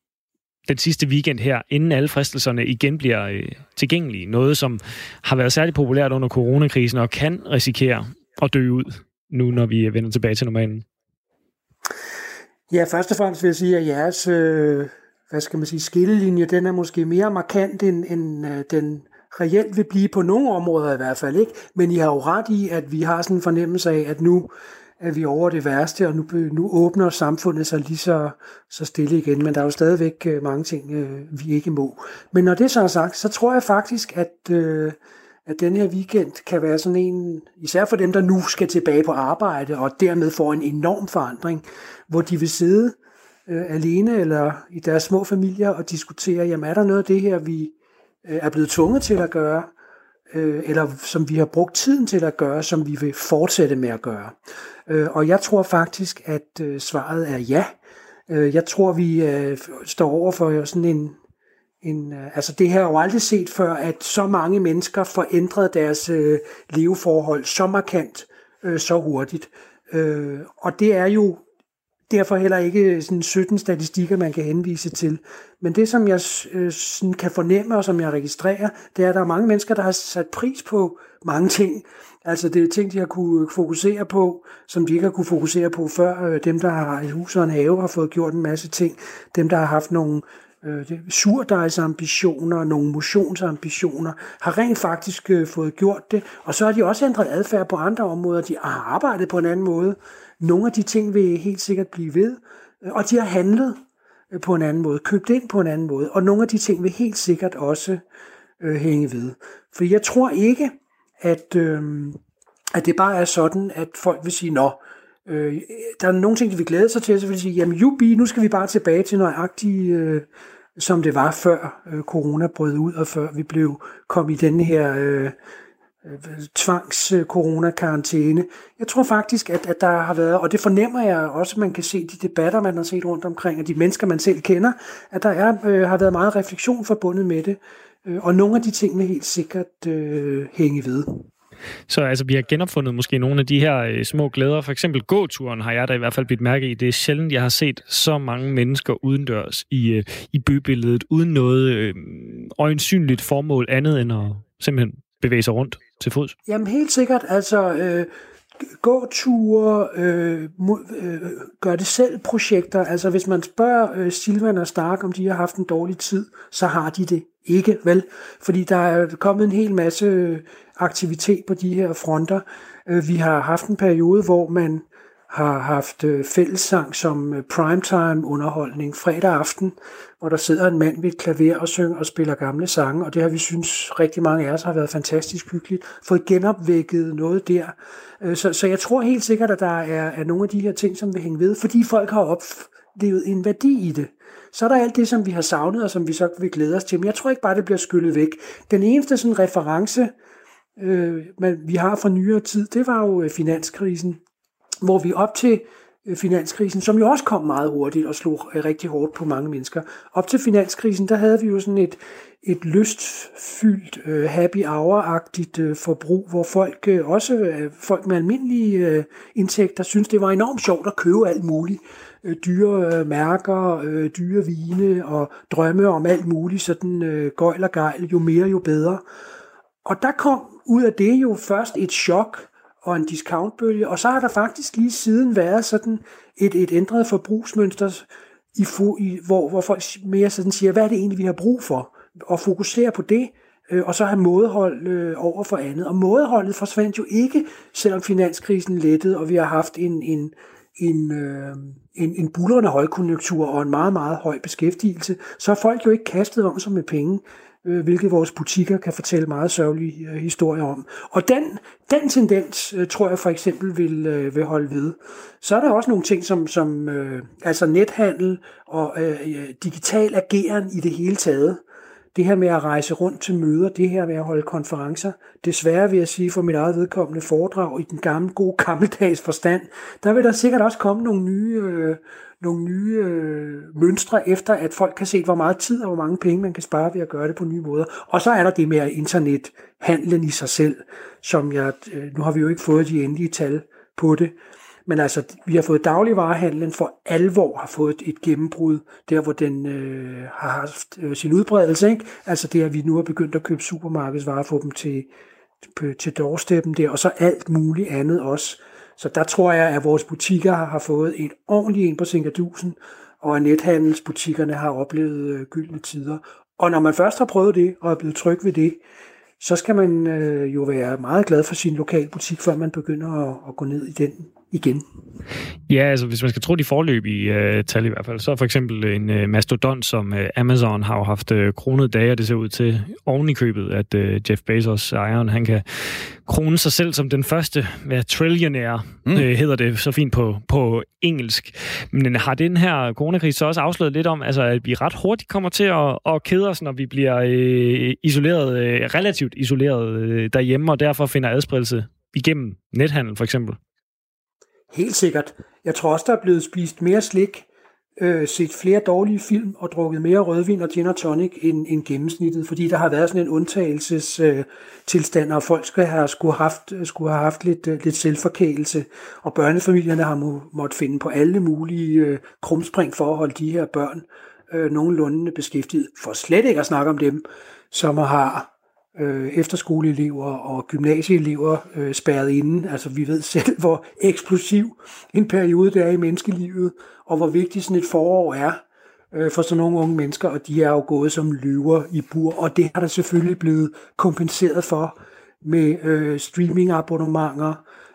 den sidste weekend her, inden alle fristelserne igen bliver tilgængelige? Noget, som har været særligt populært under coronakrisen og kan risikere at dø ud, nu når vi vender tilbage til normalen? Ja, først og fremmest vil jeg sige, at jeres skillelinje, den er måske mere markant, end den reelt vil blive på nogle områder i hvert fald, ikke? Men I har jo ret i, at vi har sådan en fornemmelse af, at nu er vi over det værste, og nu åbner samfundet sig lige så stille igen, men der er jo stadigvæk mange ting, vi ikke må. Men når det så er sagt, så tror jeg faktisk, at den her weekend kan være sådan en, især for dem, der nu skal tilbage på arbejde, og dermed får en enorm forandring, hvor de vil sidde alene eller i deres små familier og diskutere, jamen er der noget af det her, vi er blevet tvunget til at gøre, eller som vi har brugt tiden til at gøre, som vi vil fortsætte med at gøre. Og jeg tror faktisk, at svaret er ja. Jeg tror, vi står over for sådan altså det her er jo aldrig set før, at så mange mennesker forændrede deres leveforhold så markant, så hurtigt. Og det er jo derfor heller ikke sådan 17 statistikker, man kan henvise til. Men det, som jeg sådan kan fornemme, og som jeg registrerer, det er, at der er mange mennesker, der har sat pris på mange ting. Altså det er ting, de har kunne fokusere på, som de ikke har kunne fokusere på før. Dem, der har et hus og en have, har fået gjort en masse ting. Dem, der har haft nogle surdejsambitioner, nogle motionsambitioner, har rent faktisk fået gjort det. Og så har de også ændret adfærd på andre områder. De har arbejdet på en anden måde. Nogle af de ting vil helt sikkert blive ved. Og de har handlet på en anden måde, købt ind på en anden måde. Og nogle af de ting vil helt sikkert også hænge ved. For jeg tror ikke, at det bare er sådan, at folk vil sige, der er nogle ting, de vil glæde sig til, så vil de sige, jamen jubi, nu skal vi bare tilbage til nøjagtigt, som det var før corona brød ud, og før vi kom i denne her tvangs-corona-karantæne. Jeg tror faktisk, at der har været, og det fornemmer jeg også, man kan se de debatter, man har set rundt omkring, og de mennesker, man selv kender, at der har været meget refleksion forbundet med det, og nogle af de ting vil helt sikkert hænge ved. Så altså, vi har genopfundet måske nogle af de her små glæder. For eksempel gåturen har jeg da i hvert fald bidt mærke i. Det er sjældent, jeg har set så mange mennesker udendørs i bybilledet, uden noget øjensynligt formål andet end at simpelthen bevæge sig rundt til fods. Jamen helt sikkert. Altså gåture, gør det selv projekter. Altså hvis man spørger Silvan og Stark, om de har haft en dårlig tid, så har de det ikke, vel? Fordi der er kommet en hel masse aktivitet på de her fronter. Vi har haft en periode, hvor man har haft fællessang som primetime underholdning fredag aften, hvor der sidder en mand ved et klaver og synger og spiller gamle sange, og det har vi synes rigtig mange af os har været fantastisk hyggeligt. Fået genopvækket noget der. Så jeg tror helt sikkert, at der er nogle af de her ting, som vil hænge ved, fordi folk har oplevet en værdi i det. Så er der alt det, som vi har savnet, og som vi så vil glæde os til. Men jeg tror ikke bare, det bliver skyllet væk. Den eneste sådan reference, vi har fra nyere tid, det var jo finanskrisen, hvor vi op til finanskrisen, som jo også kom meget hurtigt og slog rigtig hårdt på mange mennesker. Op til finanskrisen, der havde vi jo sådan et lystfyldt, happy hour-agtigt forbrug, hvor folk, også folk med almindelige indtægter, synes det var enormt sjovt at købe alt muligt. Dyre mærker, dyre vine og drømme om alt muligt, sådan gøjl og gejl, jo mere jo bedre. Og der kom ud af det jo først et chok og en discountbølge, og så har der faktisk lige siden været sådan et ændret forbrugsmønster, hvor folk mere sådan siger, hvad er det egentlig, vi har brug for, og fokusere på det, og så have mådehold over for andet. Og mådeholdet forsvandt jo ikke, selvom finanskrisen lettede, og vi har haft en buldrende højkonjunktur og en meget, meget høj beskæftigelse, så har folk jo ikke kastet om sig med penge, hvilket vores butikker kan fortælle meget sørgelige historier om. Og den tendens, tror jeg for eksempel, vil holde ved. Så er der også nogle ting som altså nethandel og digital ageren i det hele taget. Det her med at rejse rundt til møder, det her med at holde konferencer, desværre vil jeg sige for mit eget vedkommende foredrag i den gammeldags forstand, der vil der sikkert også komme nogle nye mønstre efter, at folk kan se, hvor meget tid og hvor mange penge man kan spare ved at gøre det på nye måder. Og så er der det med internethandlen i sig selv, som nu har vi jo ikke fået de endelige tal på det, men altså, vi har fået dagligvarehandlen for alvor har fået et gennembrud, der hvor den har haft sin udbredelse, ikke? Altså det, at vi nu har begyndt at købe supermarkedsvarer, få dem til doorsteppen der, og så alt muligt andet også. Så der tror jeg, at vores butikker har fået et ordentligt en på sinkadusen, og at nethandelsbutikkerne har oplevet gyldne tider. Og når man først har prøvet det, og er blevet tryg ved det, så skal man jo være meget glad for sin lokale butik, før man begynder at gå ned i den igen. Ja, altså hvis man skal tro de forløbige tal i hvert fald, så for eksempel en mastodont som Amazon har jo haft kronede dage, og det ser ud til oven i købet, at Jeff Bezos, ejeren, han kan krone sig selv som den første trillionaire, hedder det så fint på engelsk. Men har den her coronakrise så også afsløret lidt om, altså, at vi ret hurtigt kommer til at kede os, når vi bliver relativt isoleret derhjemme, og derfor finder adspredelse igennem nethandel for eksempel? Helt sikkert. Jeg tror også, der er blevet spist mere slik, set flere dårlige film og drukket mere rødvin og gin og tonic end gennemsnittet, fordi der har været sådan en undtagelsestilstand, og folk skulle have haft lidt selvforkælelse, og børnefamilierne har måttet finde på alle mulige krumspring for at holde de her børn nogenlunde beskæftiget, for slet ikke at snakke om dem, som har efterskoleelever og gymnasieelever spærret inde. Altså vi ved selv, hvor eksplosiv en periode det er i menneskelivet, og hvor vigtigt sådan et forår er for sådan nogle unge mennesker, og de er jo gået som løver i bur, og det har der selvfølgelig blevet kompenseret for med streamingabonnementer,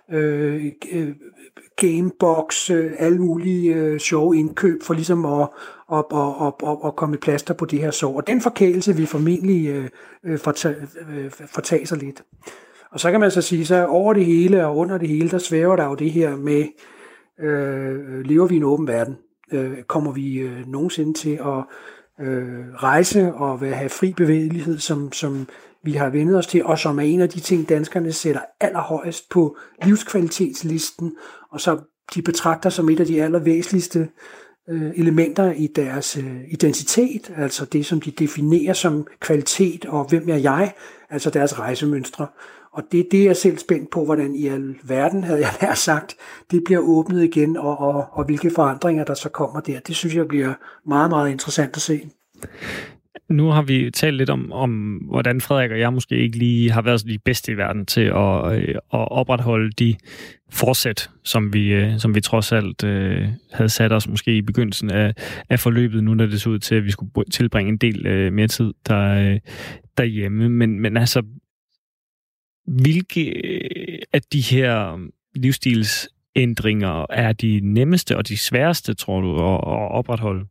Gamebox, alle mulige sjove indkøb for ligesom at komme et plaster på det her sår. Og den forkælelse vil formentlig fortage sig lidt. Og så kan man så sige, så over det hele og under det hele, der svæver der jo det her med, lever vi i en åben verden? Kommer vi nogensinde til at rejse og have fri bevægelighed, som vi har vendet os til, og som er en af de ting, danskerne sætter allerhøjest på livskvalitetslisten, og som de betragter som et af de allervæsentligste elementer i deres identitet, altså det, som de definerer som kvalitet, og hvem er jeg, altså deres rejsemønstre. Og det er det, jeg er selv spændt på, hvordan i al verden, havde jeg nær sagt, det bliver åbnet igen, og hvilke forandringer, der så kommer der. Det synes jeg bliver meget, meget interessant at se. Nu har vi talt lidt om hvordan Frederik og jeg måske ikke lige har været de bedste i verden til at opretholde de forsæt, som vi trods alt havde sat os måske i begyndelsen af forløbet, nu når det så ud til, at vi skulle tilbringe en del mere tid derhjemme. Men altså, hvilke af de her livsstilsændringer er de nemmeste og de sværeste, tror du, at opretholde?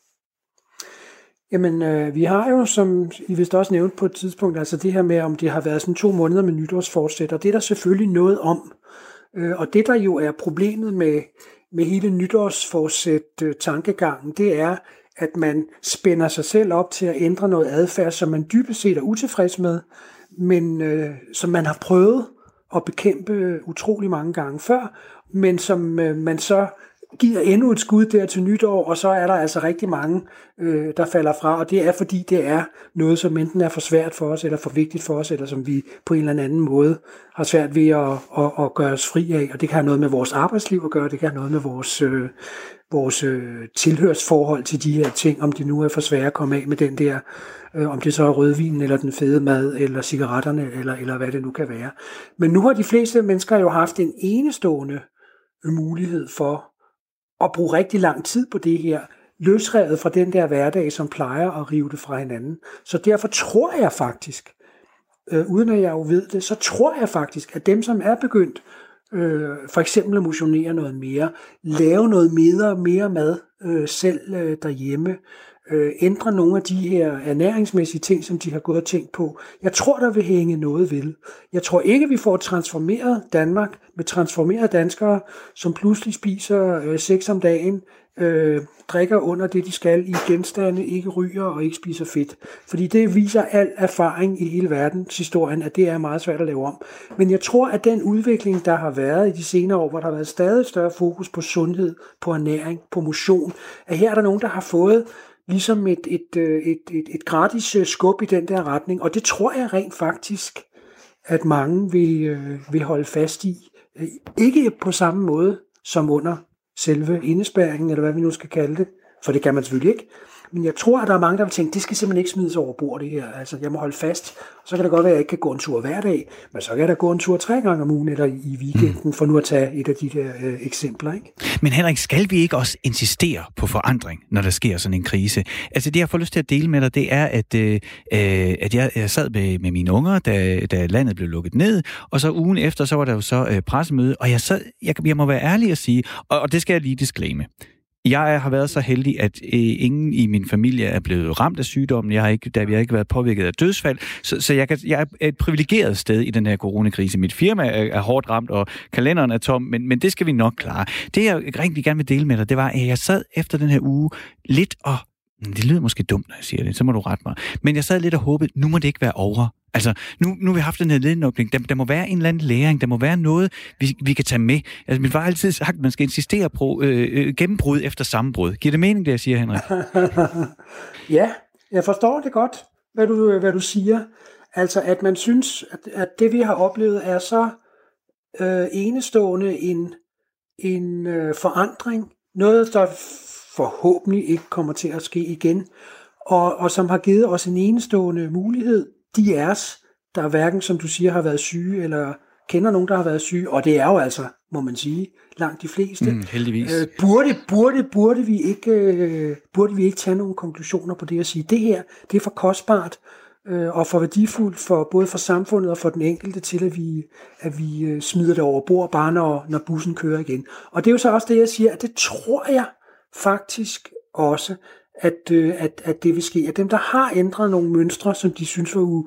Jamen, vi har jo, som I vist også nævnt på et tidspunkt, altså det her med, om det har været sådan 2 måneder med nytårsforsæt, og det er der selvfølgelig noget om. Og det, der jo er problemet med hele nytårsforsæt-tankegangen, det er, at man spænder sig selv op til at ændre noget adfærd, som man dybest set er utilfreds med, men som man har prøvet at bekæmpe utrolig mange gange før, men som man så giver endnu et skud der til nytår, og så er der altså rigtig mange, der falder fra, og det er fordi det er noget, som enten er for svært for os, eller for vigtigt for os, eller som vi på en eller anden måde har svært ved at gøre os fri af, og det kan have noget med vores arbejdsliv at gøre, det kan have noget med vores tilhørsforhold til de her ting, om det nu er for svært at komme af med den der, om det så er rødvinen, eller den fede mad, eller cigaretterne, eller hvad det nu kan være. Men nu har de fleste mennesker jo haft en enestående mulighed for at bruge rigtig lang tid på det her, løsrevet fra den der hverdag, som plejer at rive det fra hinanden. Så derfor tror jeg faktisk, uden at jeg jo ved det, så tror jeg faktisk, at dem, som er begyndt for eksempel at motionere noget mere, lave noget mere mad selv derhjemme, ændre nogle af de her ernæringsmæssige ting, som de har gået og tænkt på. Jeg tror, der vil hænge noget ved. Jeg tror ikke, vi får transformeret Danmark med transformerede danskere, som pludselig spiser 6 om dagen, drikker under det, de skal i genstande, ikke ryger og ikke spiser fedt. Fordi det viser al erfaring i hele verdenshistorien, at det er meget svært at lave om. Men jeg tror, at den udvikling, der har været i de senere år, hvor der har været stadig større fokus på sundhed, på ernæring, på motion, at her er der nogen, der har fået ligesom et gratis skub i den der retning, og det tror jeg rent faktisk, at mange vil holde fast i. Ikke på samme måde som under selve indespærringen, eller hvad vi nu skal kalde det, for det kan man selvfølgelig ikke. Men jeg tror, at der er mange, der vil tænke, det skal simpelthen ikke smides over bord, det her. Altså, jeg må holde fast. Så kan det godt være, at jeg ikke kan gå en tur hver dag, men så kan jeg da gå en tur 3 gange om ugen eller i weekenden, for nu at tage et af de der eksempler, ikke? Men Henrik, skal vi ikke også insistere på forandring, når der sker sådan en krise? Altså, det jeg får lyst til at dele med dig, det er, at jeg sad med mine unger, da landet blev lukket ned, og så ugen efter, så var der jo så pressemøde, og jeg må være ærlig at sige, og det skal jeg lige disclaimer. Jeg har været så heldig, at ingen i min familie er blevet ramt af sygdommen. Vi har ikke været påvirket af dødsfald. Så jeg er et privilegeret sted i den her coronakrise. Mit firma er hårdt ramt, og kalenderen er tom, men det skal vi nok klare. Det, jeg rigtig gerne vil dele med dig, det var, at jeg sad efter den her uge lidt og... Det lyder måske dumt, når jeg siger det, så må du rette mig. Men jeg sad lidt og håbede, nu må det ikke være over. Altså, nu har vi haft den her lednåbning. Der må være en eller anden læring. Der må være noget, vi kan tage med. Altså, min far har altid sagt, at man skal insistere på gennembrud efter sammenbrud. Giver det mening, det jeg siger, Henrik? Ja, jeg forstår det godt, hvad du siger. Altså, at man synes, at det, vi har oplevet, er så enestående en forandring. Noget, der forhåbentlig ikke kommer til at ske igen, og som har givet os en enestående mulighed. De af os, der hverken, som du siger, har været syge, eller kender nogen, der har været syge, og det er jo altså, må man sige, langt de fleste. Heldigvis. Burde vi ikke tage nogle konklusioner på det og sige, det her, det er for kostbart og for værdifuldt for både for samfundet og for den enkelte til, at vi smider det over bord, bare når bussen kører igen. Og det er jo så også det, jeg siger, at det tror jeg faktisk også, at det vil ske. At dem, der har ændret nogle mønstre, som de synes var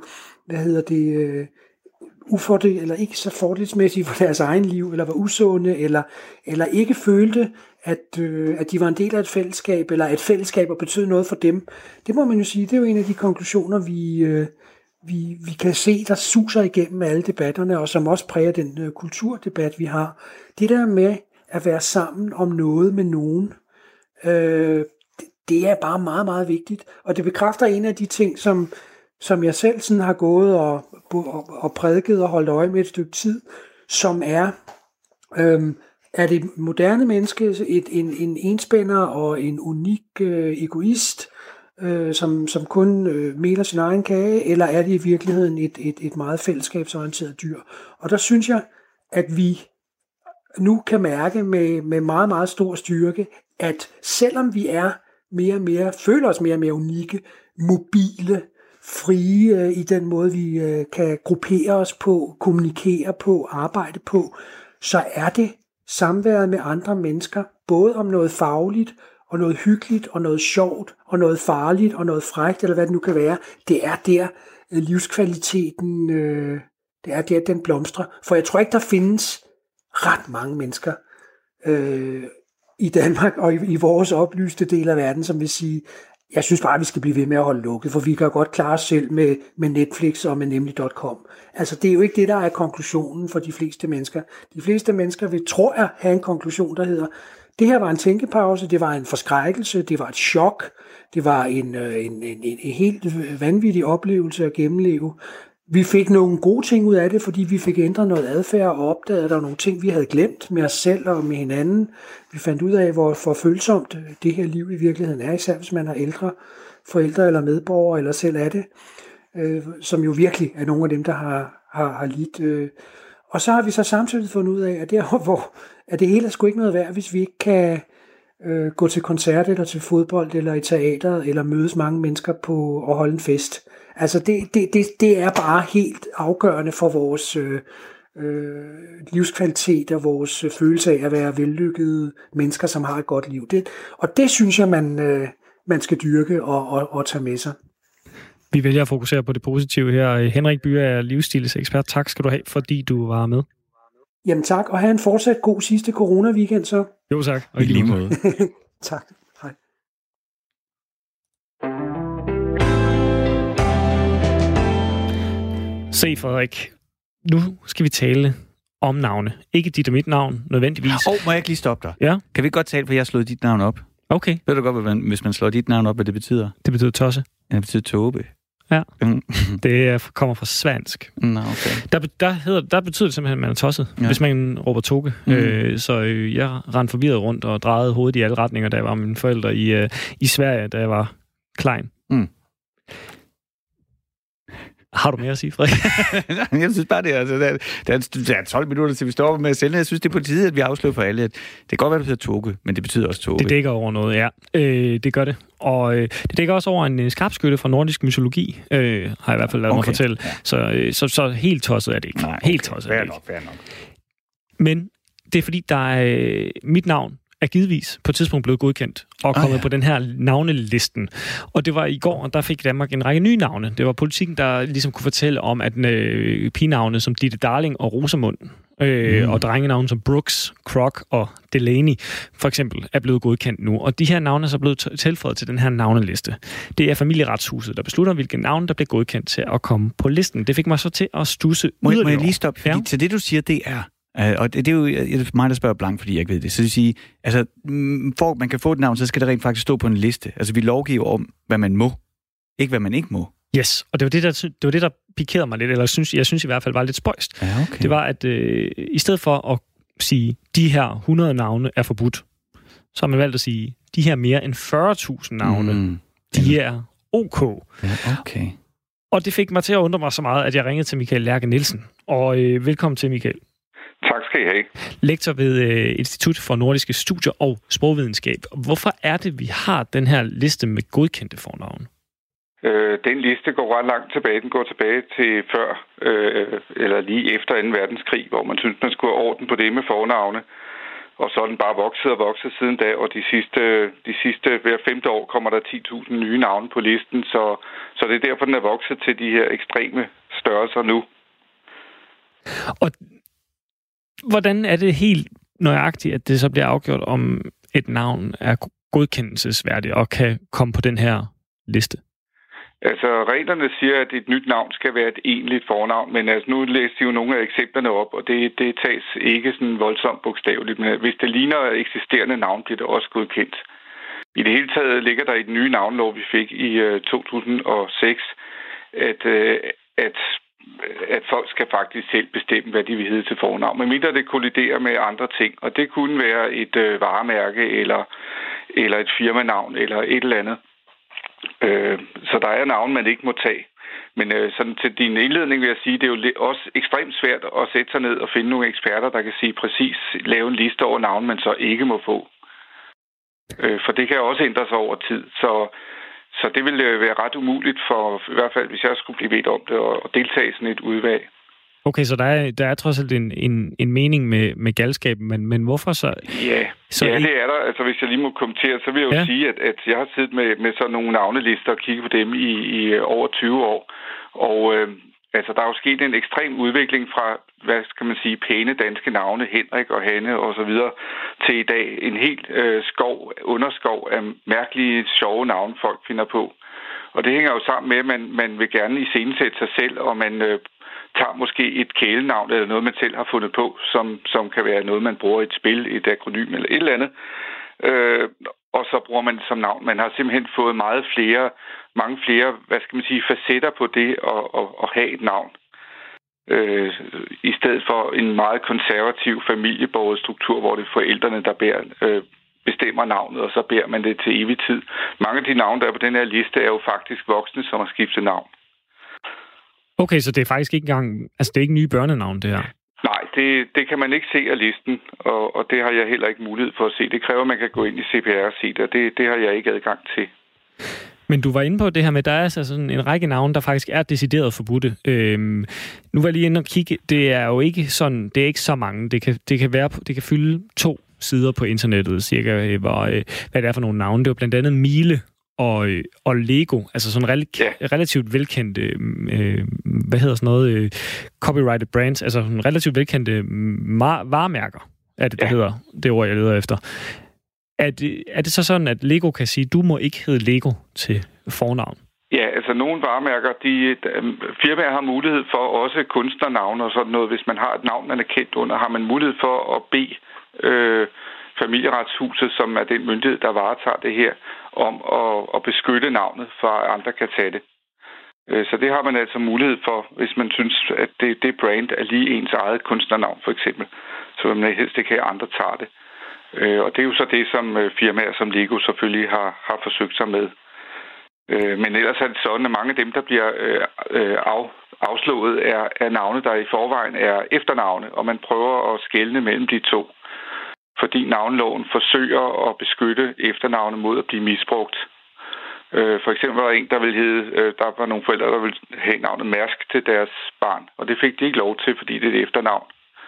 ufordel, eller ikke så fordelsmæssige for deres egen liv, eller var usunde, eller ikke følte, at de var en del af et fællesskab, eller at fællesskaber betød noget for dem. Det må man jo sige, det er jo en af de konklusioner, vi kan se, der suser igennem alle debatterne, og som også præger den kulturdebat, vi har. Det der med at være sammen om noget med nogen, det er bare meget, meget vigtigt. Og det bekræfter en af de ting, som jeg selv sådan har gået og prædiket og holdt øje med et stykke tid, som er det moderne menneske en enspænder og en unik egoist, som kun meler sin egen kage, eller er det i virkeligheden et meget fællesskabsorienteret dyr? Og der synes jeg, at vi nu kan mærke med meget, meget stor styrke, at selvom vi er føler os mere og mere unikke, mobile, frie i den måde, vi kan gruppere os på, kommunikere på, arbejde på, så er det samværet med andre mennesker, både om noget fagligt, og noget hyggeligt, og noget sjovt, og noget farligt, og noget frækt, eller hvad det nu kan være. Det er der livskvaliteten, det er der, den blomstrer. For jeg tror ikke, der findes ret mange mennesker i Danmark, og i vores oplyste del af verden, som vil sige, jeg synes bare, at vi skal blive ved med at holde lukket, for vi kan godt klare os selv med Netflix og med nemlig.com. Altså, det er jo ikke det, der er konklusionen for de fleste mennesker. De fleste mennesker vil, tror jeg, have en konklusion, der hedder, det her var en tænkepause, det var en forskrækkelse, det var et chok, det var en helt vanvittig oplevelse at gennemleve. Vi fik nogle gode ting ud af det, fordi vi fik ændret noget adfærd og opdaget, at der var nogle ting, vi havde glemt med os selv og med hinanden. Vi fandt ud af, hvor følsomt det her liv i virkeligheden er, især hvis man har ældre forældre eller medborgere, eller selv er det, som jo virkelig er nogle af dem, der har lidt. Og så har vi så samtidig fundet ud af, at der, hvor at det hele er sgu ikke noget værd, hvis vi ikke kan gå til koncert eller til fodbold eller i teateret, eller mødes mange mennesker på at holde en fest. Altså det er bare helt afgørende for vores livskvalitet og vores følelse af at være vellykkede mennesker, som har et godt liv. Og det synes jeg, man skal dyrke og tage med sig. Vi vælger at fokusere på det positive her. Henrik Bye er livsstilsekspert. Tak skal du have, fordi du var med. Jamen tak, og have en fortsat god sidste corona-weekend så. Jo tak, og i lige måde. Tak, hej. Se Frederik, nu skal vi tale om navne. Ikke dit og mit navn, nødvendigvis. Må jeg ikke lige stoppe dig? Ja. Kan vi godt tale, for jeg har slået dit navn op? Okay. Ved du godt, hvis man slår dit navn op, hvad det betyder? Det betyder tosse. Ja, det betyder tåbe. Ja, det kommer fra svansk. Nå, okay. Der betyder det simpelthen, at man er tosset, hvis man råber toge. Så jeg rendte forvirret rundt og drejede hovedet i alle retninger, da jeg var med mine forældre i Sverige, da jeg var klein. Har du mere at sige, Frederik? Jeg synes bare, det er 12 minutter, til vi står med at sende. Jeg synes, det er på tide, at vi afslører for alle, at det kan godt være, det betyder toge, men det betyder også toge. Det dækker over noget, ja. Det gør det. Og det dækker også over en skarpskytte fra nordisk mytologi, har jeg i hvert fald lavet mig fortælle. Ja. Så helt tosset er det ikke. Nej, helt tosset er det ikke. Fair nok. Men det er fordi, der er mit navn er givetvis på et tidspunkt blevet godkendt og kommet på den her navnelisten. Og det var i går, der fik Danmark en række nye navne. Det var Politikken, der ligesom kunne fortælle om, at pigenavne som Ditte Darling og Rosamund, og drengenavne som Brooks, Croc og Delaney, for eksempel, er blevet godkendt nu. Og de her navne er så blevet tilføjet til den her navneliste. Det er Familieretshuset, der beslutter, hvilke navne, der bliver godkendt til at komme på listen. Det fik mig så til at stusse yderligere. Må jeg lige stoppe? Fordi til det, du siger, det er... Og det er jo mig, der spørger blank, fordi jeg ikke ved det. Så det vil sige, altså, for at man kan få et navn, så skal det rent faktisk stå på en liste. Altså, vi lovgiver om, hvad man må, ikke hvad man ikke må. Yes, og det var det, der pikerede mig lidt, eller jeg synes i hvert fald var lidt spøjst. Ja, okay. Det var, at i stedet for at sige, de her 100 navne er forbudt, så har man valgt at sige, de her mere end 40.000 navne, de er ok. Ja, okay. Og det fik mig til at undre mig så meget, at jeg ringede til Michael Lærke Nielsen. Og velkommen til, Michael. Tak skal I have. Lektor ved Institut for Nordiske Studier og Sprogvidenskab. Hvorfor er det, vi har den her liste med godkendte fornavne? Den liste går ret langt tilbage. Den går tilbage til før, eller lige efter 2. verdenskrig, hvor man synes, man skulle have orden på det med fornavne. Og så er den bare vokset siden da, og de sidste hver 5. år kommer der 10.000 nye navne på listen. Så det er derfor, den er vokset til de her ekstreme størrelser nu. Og hvordan er det helt nøjagtigt, at det så bliver afgjort, om et navn er godkendelsesværdigt og kan komme på den her liste? Altså, reglerne siger, at et nyt navn skal være et egentligt fornavn, men altså, nu læser de jo nogle af eksemplerne op, og det tages ikke sådan voldsomt bogstaveligt, men hvis det ligner eksisterende navn, bliver det også godkendt. I det hele taget ligger der i den nye navnlov, vi fik i 2006, at folk skal faktisk selv bestemme, hvad de vil hedde til fornavn, medmindre det kolliderer med andre ting, og det kunne være et varemærke eller et firmanavn eller et eller andet. Så der er navn, man ikke må tage. Men sådan til din indledning vil jeg sige, det er jo også ekstremt svært at sætte sig ned og finde nogle eksperter, der kan sige præcis, lave en liste over navn, man så ikke må få. For det kan også ændre sig over tid. Så det vil være ret umuligt for, i hvert fald hvis jeg skulle blive bedt om det, at deltage i sådan et udvalg. Okay, så der er trods alt en mening med galskaben, men hvorfor så? Ja, det er der. Altså, hvis jeg lige må kommentere, så vil jeg jo sige, at jeg har siddet med sådan nogle navnelister og kigget på dem i over 20 år. Og altså, der er jo sket en ekstrem udvikling fra, hvad skal man sige, pæne danske navne, Henrik og Hanne og så videre, til i dag en helt underskov af mærkelige, sjove navne, folk finder på. Og det hænger jo sammen med, at man vil gerne iscenesætte sig selv, og man tager måske et kælenavn eller noget, man selv har fundet på, som kan være noget, man bruger i et spil, et akronym eller et eller andet. Og så bruger man det som navn. Man har simpelthen fået mange flere, hvad skal man sige, facetter på det at have et navn. I stedet for en meget konservativ familiebåret struktur, hvor det er forældrene, der bestemmer navnet, og så bærer man det til evig tid. Mange af de navne, der er på den her liste, er jo faktisk voksne, som har skiftet navn. Okay, så det er faktisk ikke engang... Altså, det er ikke nye børnenavn, det her? Nej, det kan man ikke se af listen, og det har jeg heller ikke mulighed for at se. Det kræver, at man kan gå ind i CPR og se det, og det har jeg ikke adgang til. Men du var inde på det her med, der er altså sådan en række navne, der faktisk er decideret forbudte. Nu var jeg lige inde og kigge. Det er jo ikke sådan, det er ikke så mange. Det kan fylde 2 sider på internettet, cirka, hvad det er for nogle navne. Det var blandt andet Miele og Lego, altså sådan relativt velkendte, hvad hedder sådan noget, copyrighted brands, altså sådan relativt velkendte varemærker, er det, der hedder, det ord, jeg leder efter. Er det så sådan, at Lego kan sige, du må ikke hedde Lego til fornavn? Ja, altså nogle varemærker, firmaer har mulighed for også kunstnernavne og sådan noget. Hvis man har et navn, man er kendt under, har man mulighed for at bede Familieretshuset, som er den myndighed, der varetager det her, om at beskytte navnet, for at andre kan tage det. Så det har man altså mulighed for, hvis man synes, at det brand er lige ens eget kunstnernavn, for eksempel. Så man helst ikke have, andre tager det. Og det er jo så det, som firmaer som Lego selvfølgelig har forsøgt sig med. Men ellers er det sådan, at mange af dem, der bliver afslået, er navne, der i forvejen er efternavne, og man prøver at skelne mellem de to. Fordi navnloven forsøger at beskytte efternavne mod at blive misbrugt. For eksempel var der en, der var nogle forældre, der ville have navnet Mærsk til deres barn, og det fik de ikke lov til, fordi det er et efternavn.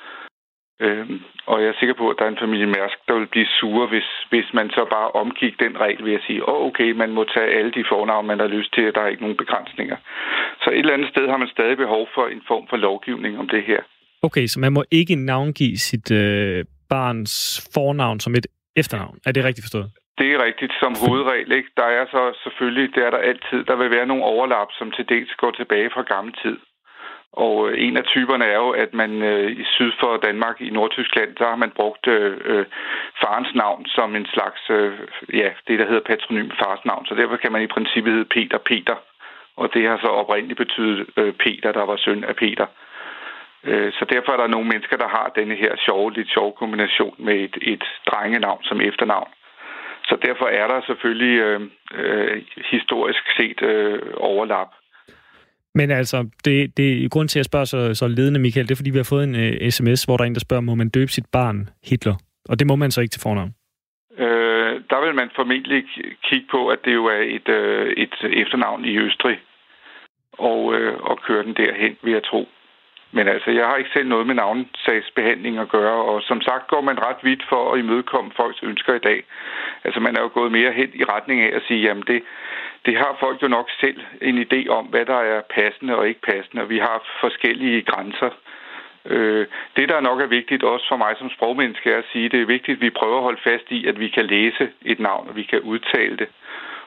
Og jeg er sikker på, at der er en familie Mærsk, der vil blive sure, hvis man så bare omgik den regel ved at sige, okay, man må tage alle de fornavne, man har lyst til, og der er ikke nogen begrænsninger. Så et eller andet sted har man stadig behov for en form for lovgivning om det her. Okay, så man må ikke navngive sit barns fornavn som et efternavn. Er det rigtigt forstået? Det er rigtigt som hovedregel, ikke? Der er så selvfølgelig, det er der altid. Der vil være nogle overlap, som til dels går tilbage fra gammel tid. Og en af typerne er jo, at man i syd for Danmark, i Nordtyskland, så har man brugt farens navn som en slags, det der hedder patronym fars navn. Så derfor kan man i princippet hedde Peter. Og det har så oprindeligt betydet Peter, der var søn af Peter. Så derfor er der nogle mennesker, der har denne her lidt sjove kombination med et drengenavn som efternavn. Så derfor er der selvfølgelig historisk set overlap. Men altså, det er grund til at spørge så ledende, Michael, det er fordi, vi har fået en sms, hvor der er en, der spørger, må man døbe sit barn Hitler? Og det må man så ikke til fornavn. Der vil man formentlig kigge på, at det jo er et efternavn i Østrig, og køre den derhen, vil jeg tro. Men altså, jeg har ikke selv noget med navnsagsbehandling at gøre, og som sagt går man ret vidt for at imødekomme folks ønsker i dag. Altså, man er jo gået mere hen i retning af at sige, jamen det har folk jo nok selv en idé om, hvad der er passende og ikke passende, og vi har forskellige grænser. Det, der nok er vigtigt også for mig som sprogmenneske, er at sige, det er vigtigt, at vi prøver at holde fast i, at vi kan læse et navn, og vi kan udtale det.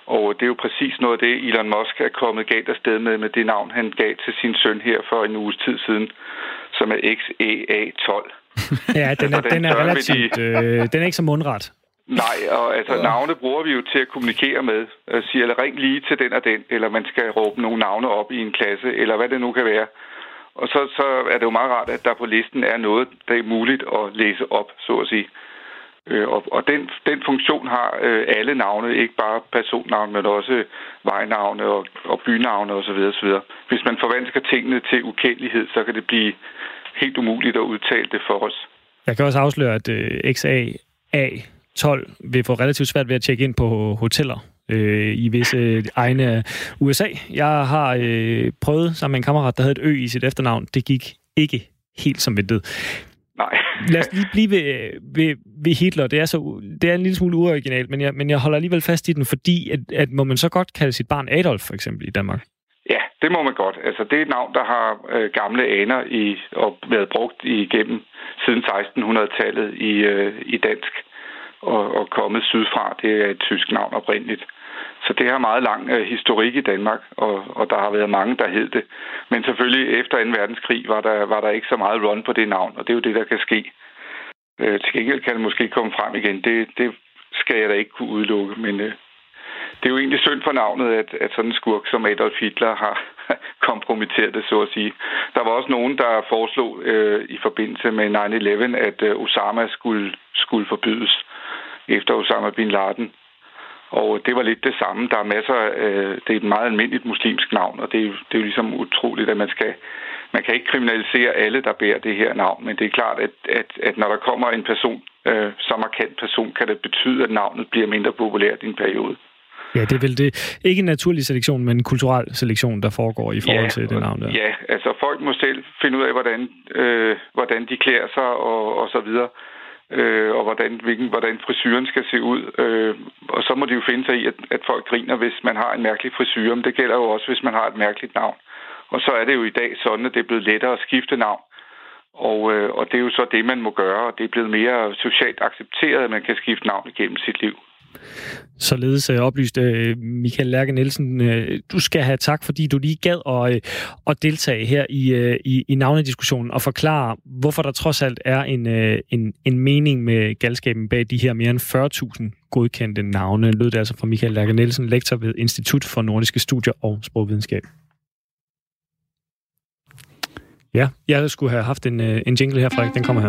Og det er jo præcis noget af det, Elon Musk er kommet galt afsted med det navn, han gav til sin søn her for en uges tid siden, som er XEA12. Ja, den er relativt... den er ikke så mundret. Nej, og altså navne bruger vi jo til at kommunikere med. Siger, eller ring lige til den og den, eller man skal råbe nogle navne op i en klasse, eller hvad det nu kan være. Og så er det jo meget rart, at der på listen er noget, der er muligt at læse op, så at sige. Og den funktion har alle navne, ikke bare personnavne, men også vejnavne og bynavne osv. Hvis man forvansker tingene til ukendelighed, så kan det blive helt umuligt at udtale det for os. Jeg kan også afsløre, at XAA12 vil få relativt svært ved at tjekke ind på hoteller i visse egne af USA. Jeg har prøvet sammen med en kammerat, der havde et Ø i sit efternavn. Det gik ikke helt som ventet. Nej. Lad os lige blive ved Hitler. Det er en lille smule uoriginalt, men jeg holder alligevel fast i den, fordi at må man så godt kalde sit barn Adolf, for eksempel, i Danmark? Ja, det må man godt. Altså, det er et navn, der har gamle aner og været brugt igennem siden 1600-tallet i dansk og kommet sydfra. Det er et tysk navn oprindeligt. Så det har meget lang historik i Danmark, og der har været mange, der hed det. Men selvfølgelig efter 2. verdenskrig var der ikke så meget run på det navn, og det er jo det, der kan ske. Til gengæld kan det måske komme frem igen. Det skal jeg da ikke kunne udelukke, men det er jo egentlig synd for navnet, at sådan en skurk som Adolf Hitler har kompromitteret det, så at sige. Der var også nogen, der foreslog i forbindelse med 9/11, at Osama skulle forbydes efter Osama bin Laden. Og det var lidt det samme. Der er masser det er et meget almindeligt muslimsk navn, og det er jo ligesom utroligt, at man kan ikke kriminalisere alle, der bærer det her navn. Men det er klart, at når der kommer en person, så markant person, kan det betyde, at navnet bliver mindre populært i en periode. Ja, det er vel det. Ikke en naturlig selektion, men en kulturel selektion, der foregår i forhold til det navn der. Ja, altså folk må selv finde ud af, hvordan de klæder sig og så videre. Og hvordan frisyren skal se ud. Og så må de jo finde sig i, at folk griner, hvis man har en mærkelig frisyre. Men det gælder jo også, hvis man har et mærkeligt navn. Og så er det jo i dag sådan, at det er blevet lettere at skifte navn. Og det er jo så det, man må gøre. Og det er blevet mere socialt accepteret, at man kan skifte navn igennem sit liv. Således oplyste Michael Lærke Nielsen. Du skal have tak, fordi du lige gad at deltage her i navnediskussionen og forklare, hvorfor der trods alt er en mening med galskaben bag de her mere end 40.000 godkendte navne. Lød det altså fra Michael Lærke Nielsen, lektor ved Institut for Nordiske Studier og Sprogvidenskab. Ja, jeg skulle have haft en jingle herfra. Den kommer her.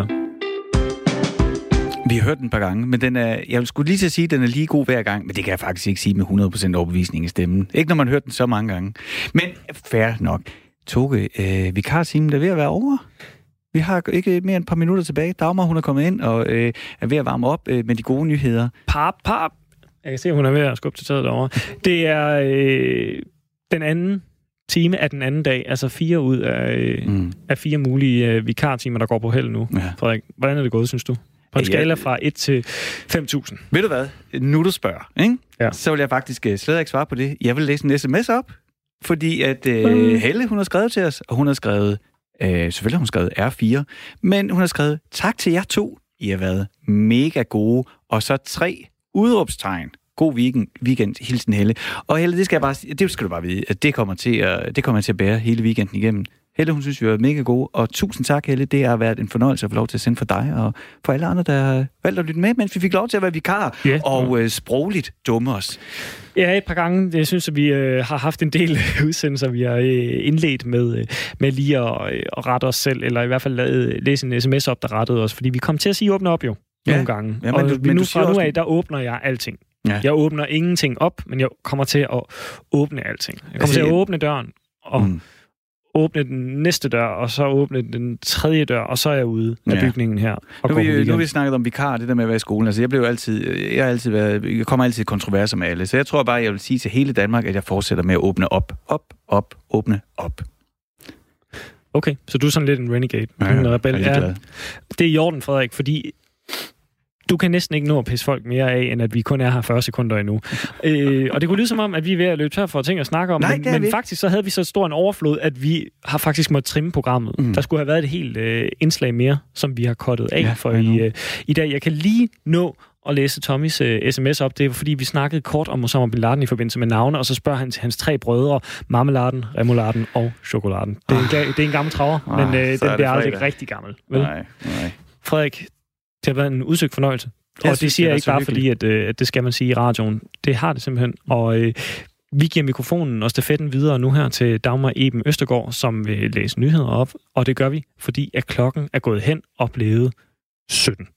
Vi har hørt den et par gange, men jeg skulle lige til at sige, at den er lige god hver gang, men det kan jeg faktisk ikke sige med 100% overbevisning i stemmen. Ikke når man har hørt den så mange gange. Men fair nok. Toge, vikartimen er ved at være over. Vi har ikke mere end et par minutter tilbage. Dagmar, hun er kommet ind og er ved at varme op med de gode nyheder. Pap. Jeg kan se, at hun er ved at skubbe til taget derovre. Det er den anden time af den anden dag, altså 4 ud af 4 mulige vikartimer, der går på held nu. Ja. Frederik, hvordan er det gået, synes du? På en skala fra 1 til 5.000. Ved du hvad? Nu du spørger, ikke? Ja. Så vil jeg faktisk slet ikke svare på det. Jeg vil læse en sms op, fordi at Helle, hun har skrevet til os, og hun har skrevet, selvfølgelig har hun skrevet R4, men hun har skrevet, tak til jer 2. I har været mega gode, og så 3 udråbstegn. God weekend, hilsen Helle. Og Helle, det skal du bare vide, at det kommer til at bære hele weekenden igennem. Helle, hun synes, vi var mega gode, og tusind tak, Helle. Det har været en fornøjelse at få lov til at sende for dig, og for alle andre, der har valgt at lytte med, mens vi fik lov til at være vikar, og sprogligt dumme os. Ja, et par gange. Jeg synes, at vi har haft en del udsendelser, vi har indledt med lige at rette os selv, eller i hvert fald læse en sms op, der rettede os, fordi vi kom til at sige åbne op jo, nogle gange. Ja, men fra nu af, der åbner jeg alting. Ja. Jeg åbner ingenting op, men jeg kommer til at åbne alting. Jeg kommer til at åbne døren, og åbne den næste dør, og så åbne den tredje dør, og så er jeg ude af bygningen her. Og nu har vi snakket om vikar, det der med at være i skolen. Altså, jeg kommer altid i kontroverser med alle, så jeg tror bare, jeg vil sige til hele Danmark, at jeg fortsætter med at åbne åbne op. Okay, så du er sådan lidt en renegade. En rebel. Det er i orden, Frederik, fordi du kan næsten ikke nå at pisse folk mere af, end at vi kun er her 40 sekunder endnu. Og det kunne lyde som om, at vi er ved at løbe tør for ting at snakke om, men faktisk så havde vi så stor en overflod, at vi har faktisk måttet trimme programmet. Der skulle have været et helt indslag mere, som vi har cuttet af for i dag. Jeg kan lige nå at læse Tommys sms op. Det er fordi, vi snakkede kort om Osama Bin Laden i forbindelse med navne, og så spørger han til hans 3 brødre, marmeladen, remouladen og chokoladen. Det er en gammel traver, men den bliver aldrig ikke rigtig gammel. Vel? Nej. Frederik, det har været en udsøgt fornøjelse. Og det siger jeg ikke bare fordi, at det skal man sige i radioen. Det har det simpelthen. Og vi giver mikrofonen og stafetten videre nu her til Dagmar Eben Østergaard, som vil læse nyheder op. Og det gør vi, fordi at klokken er gået hen og blevet 17.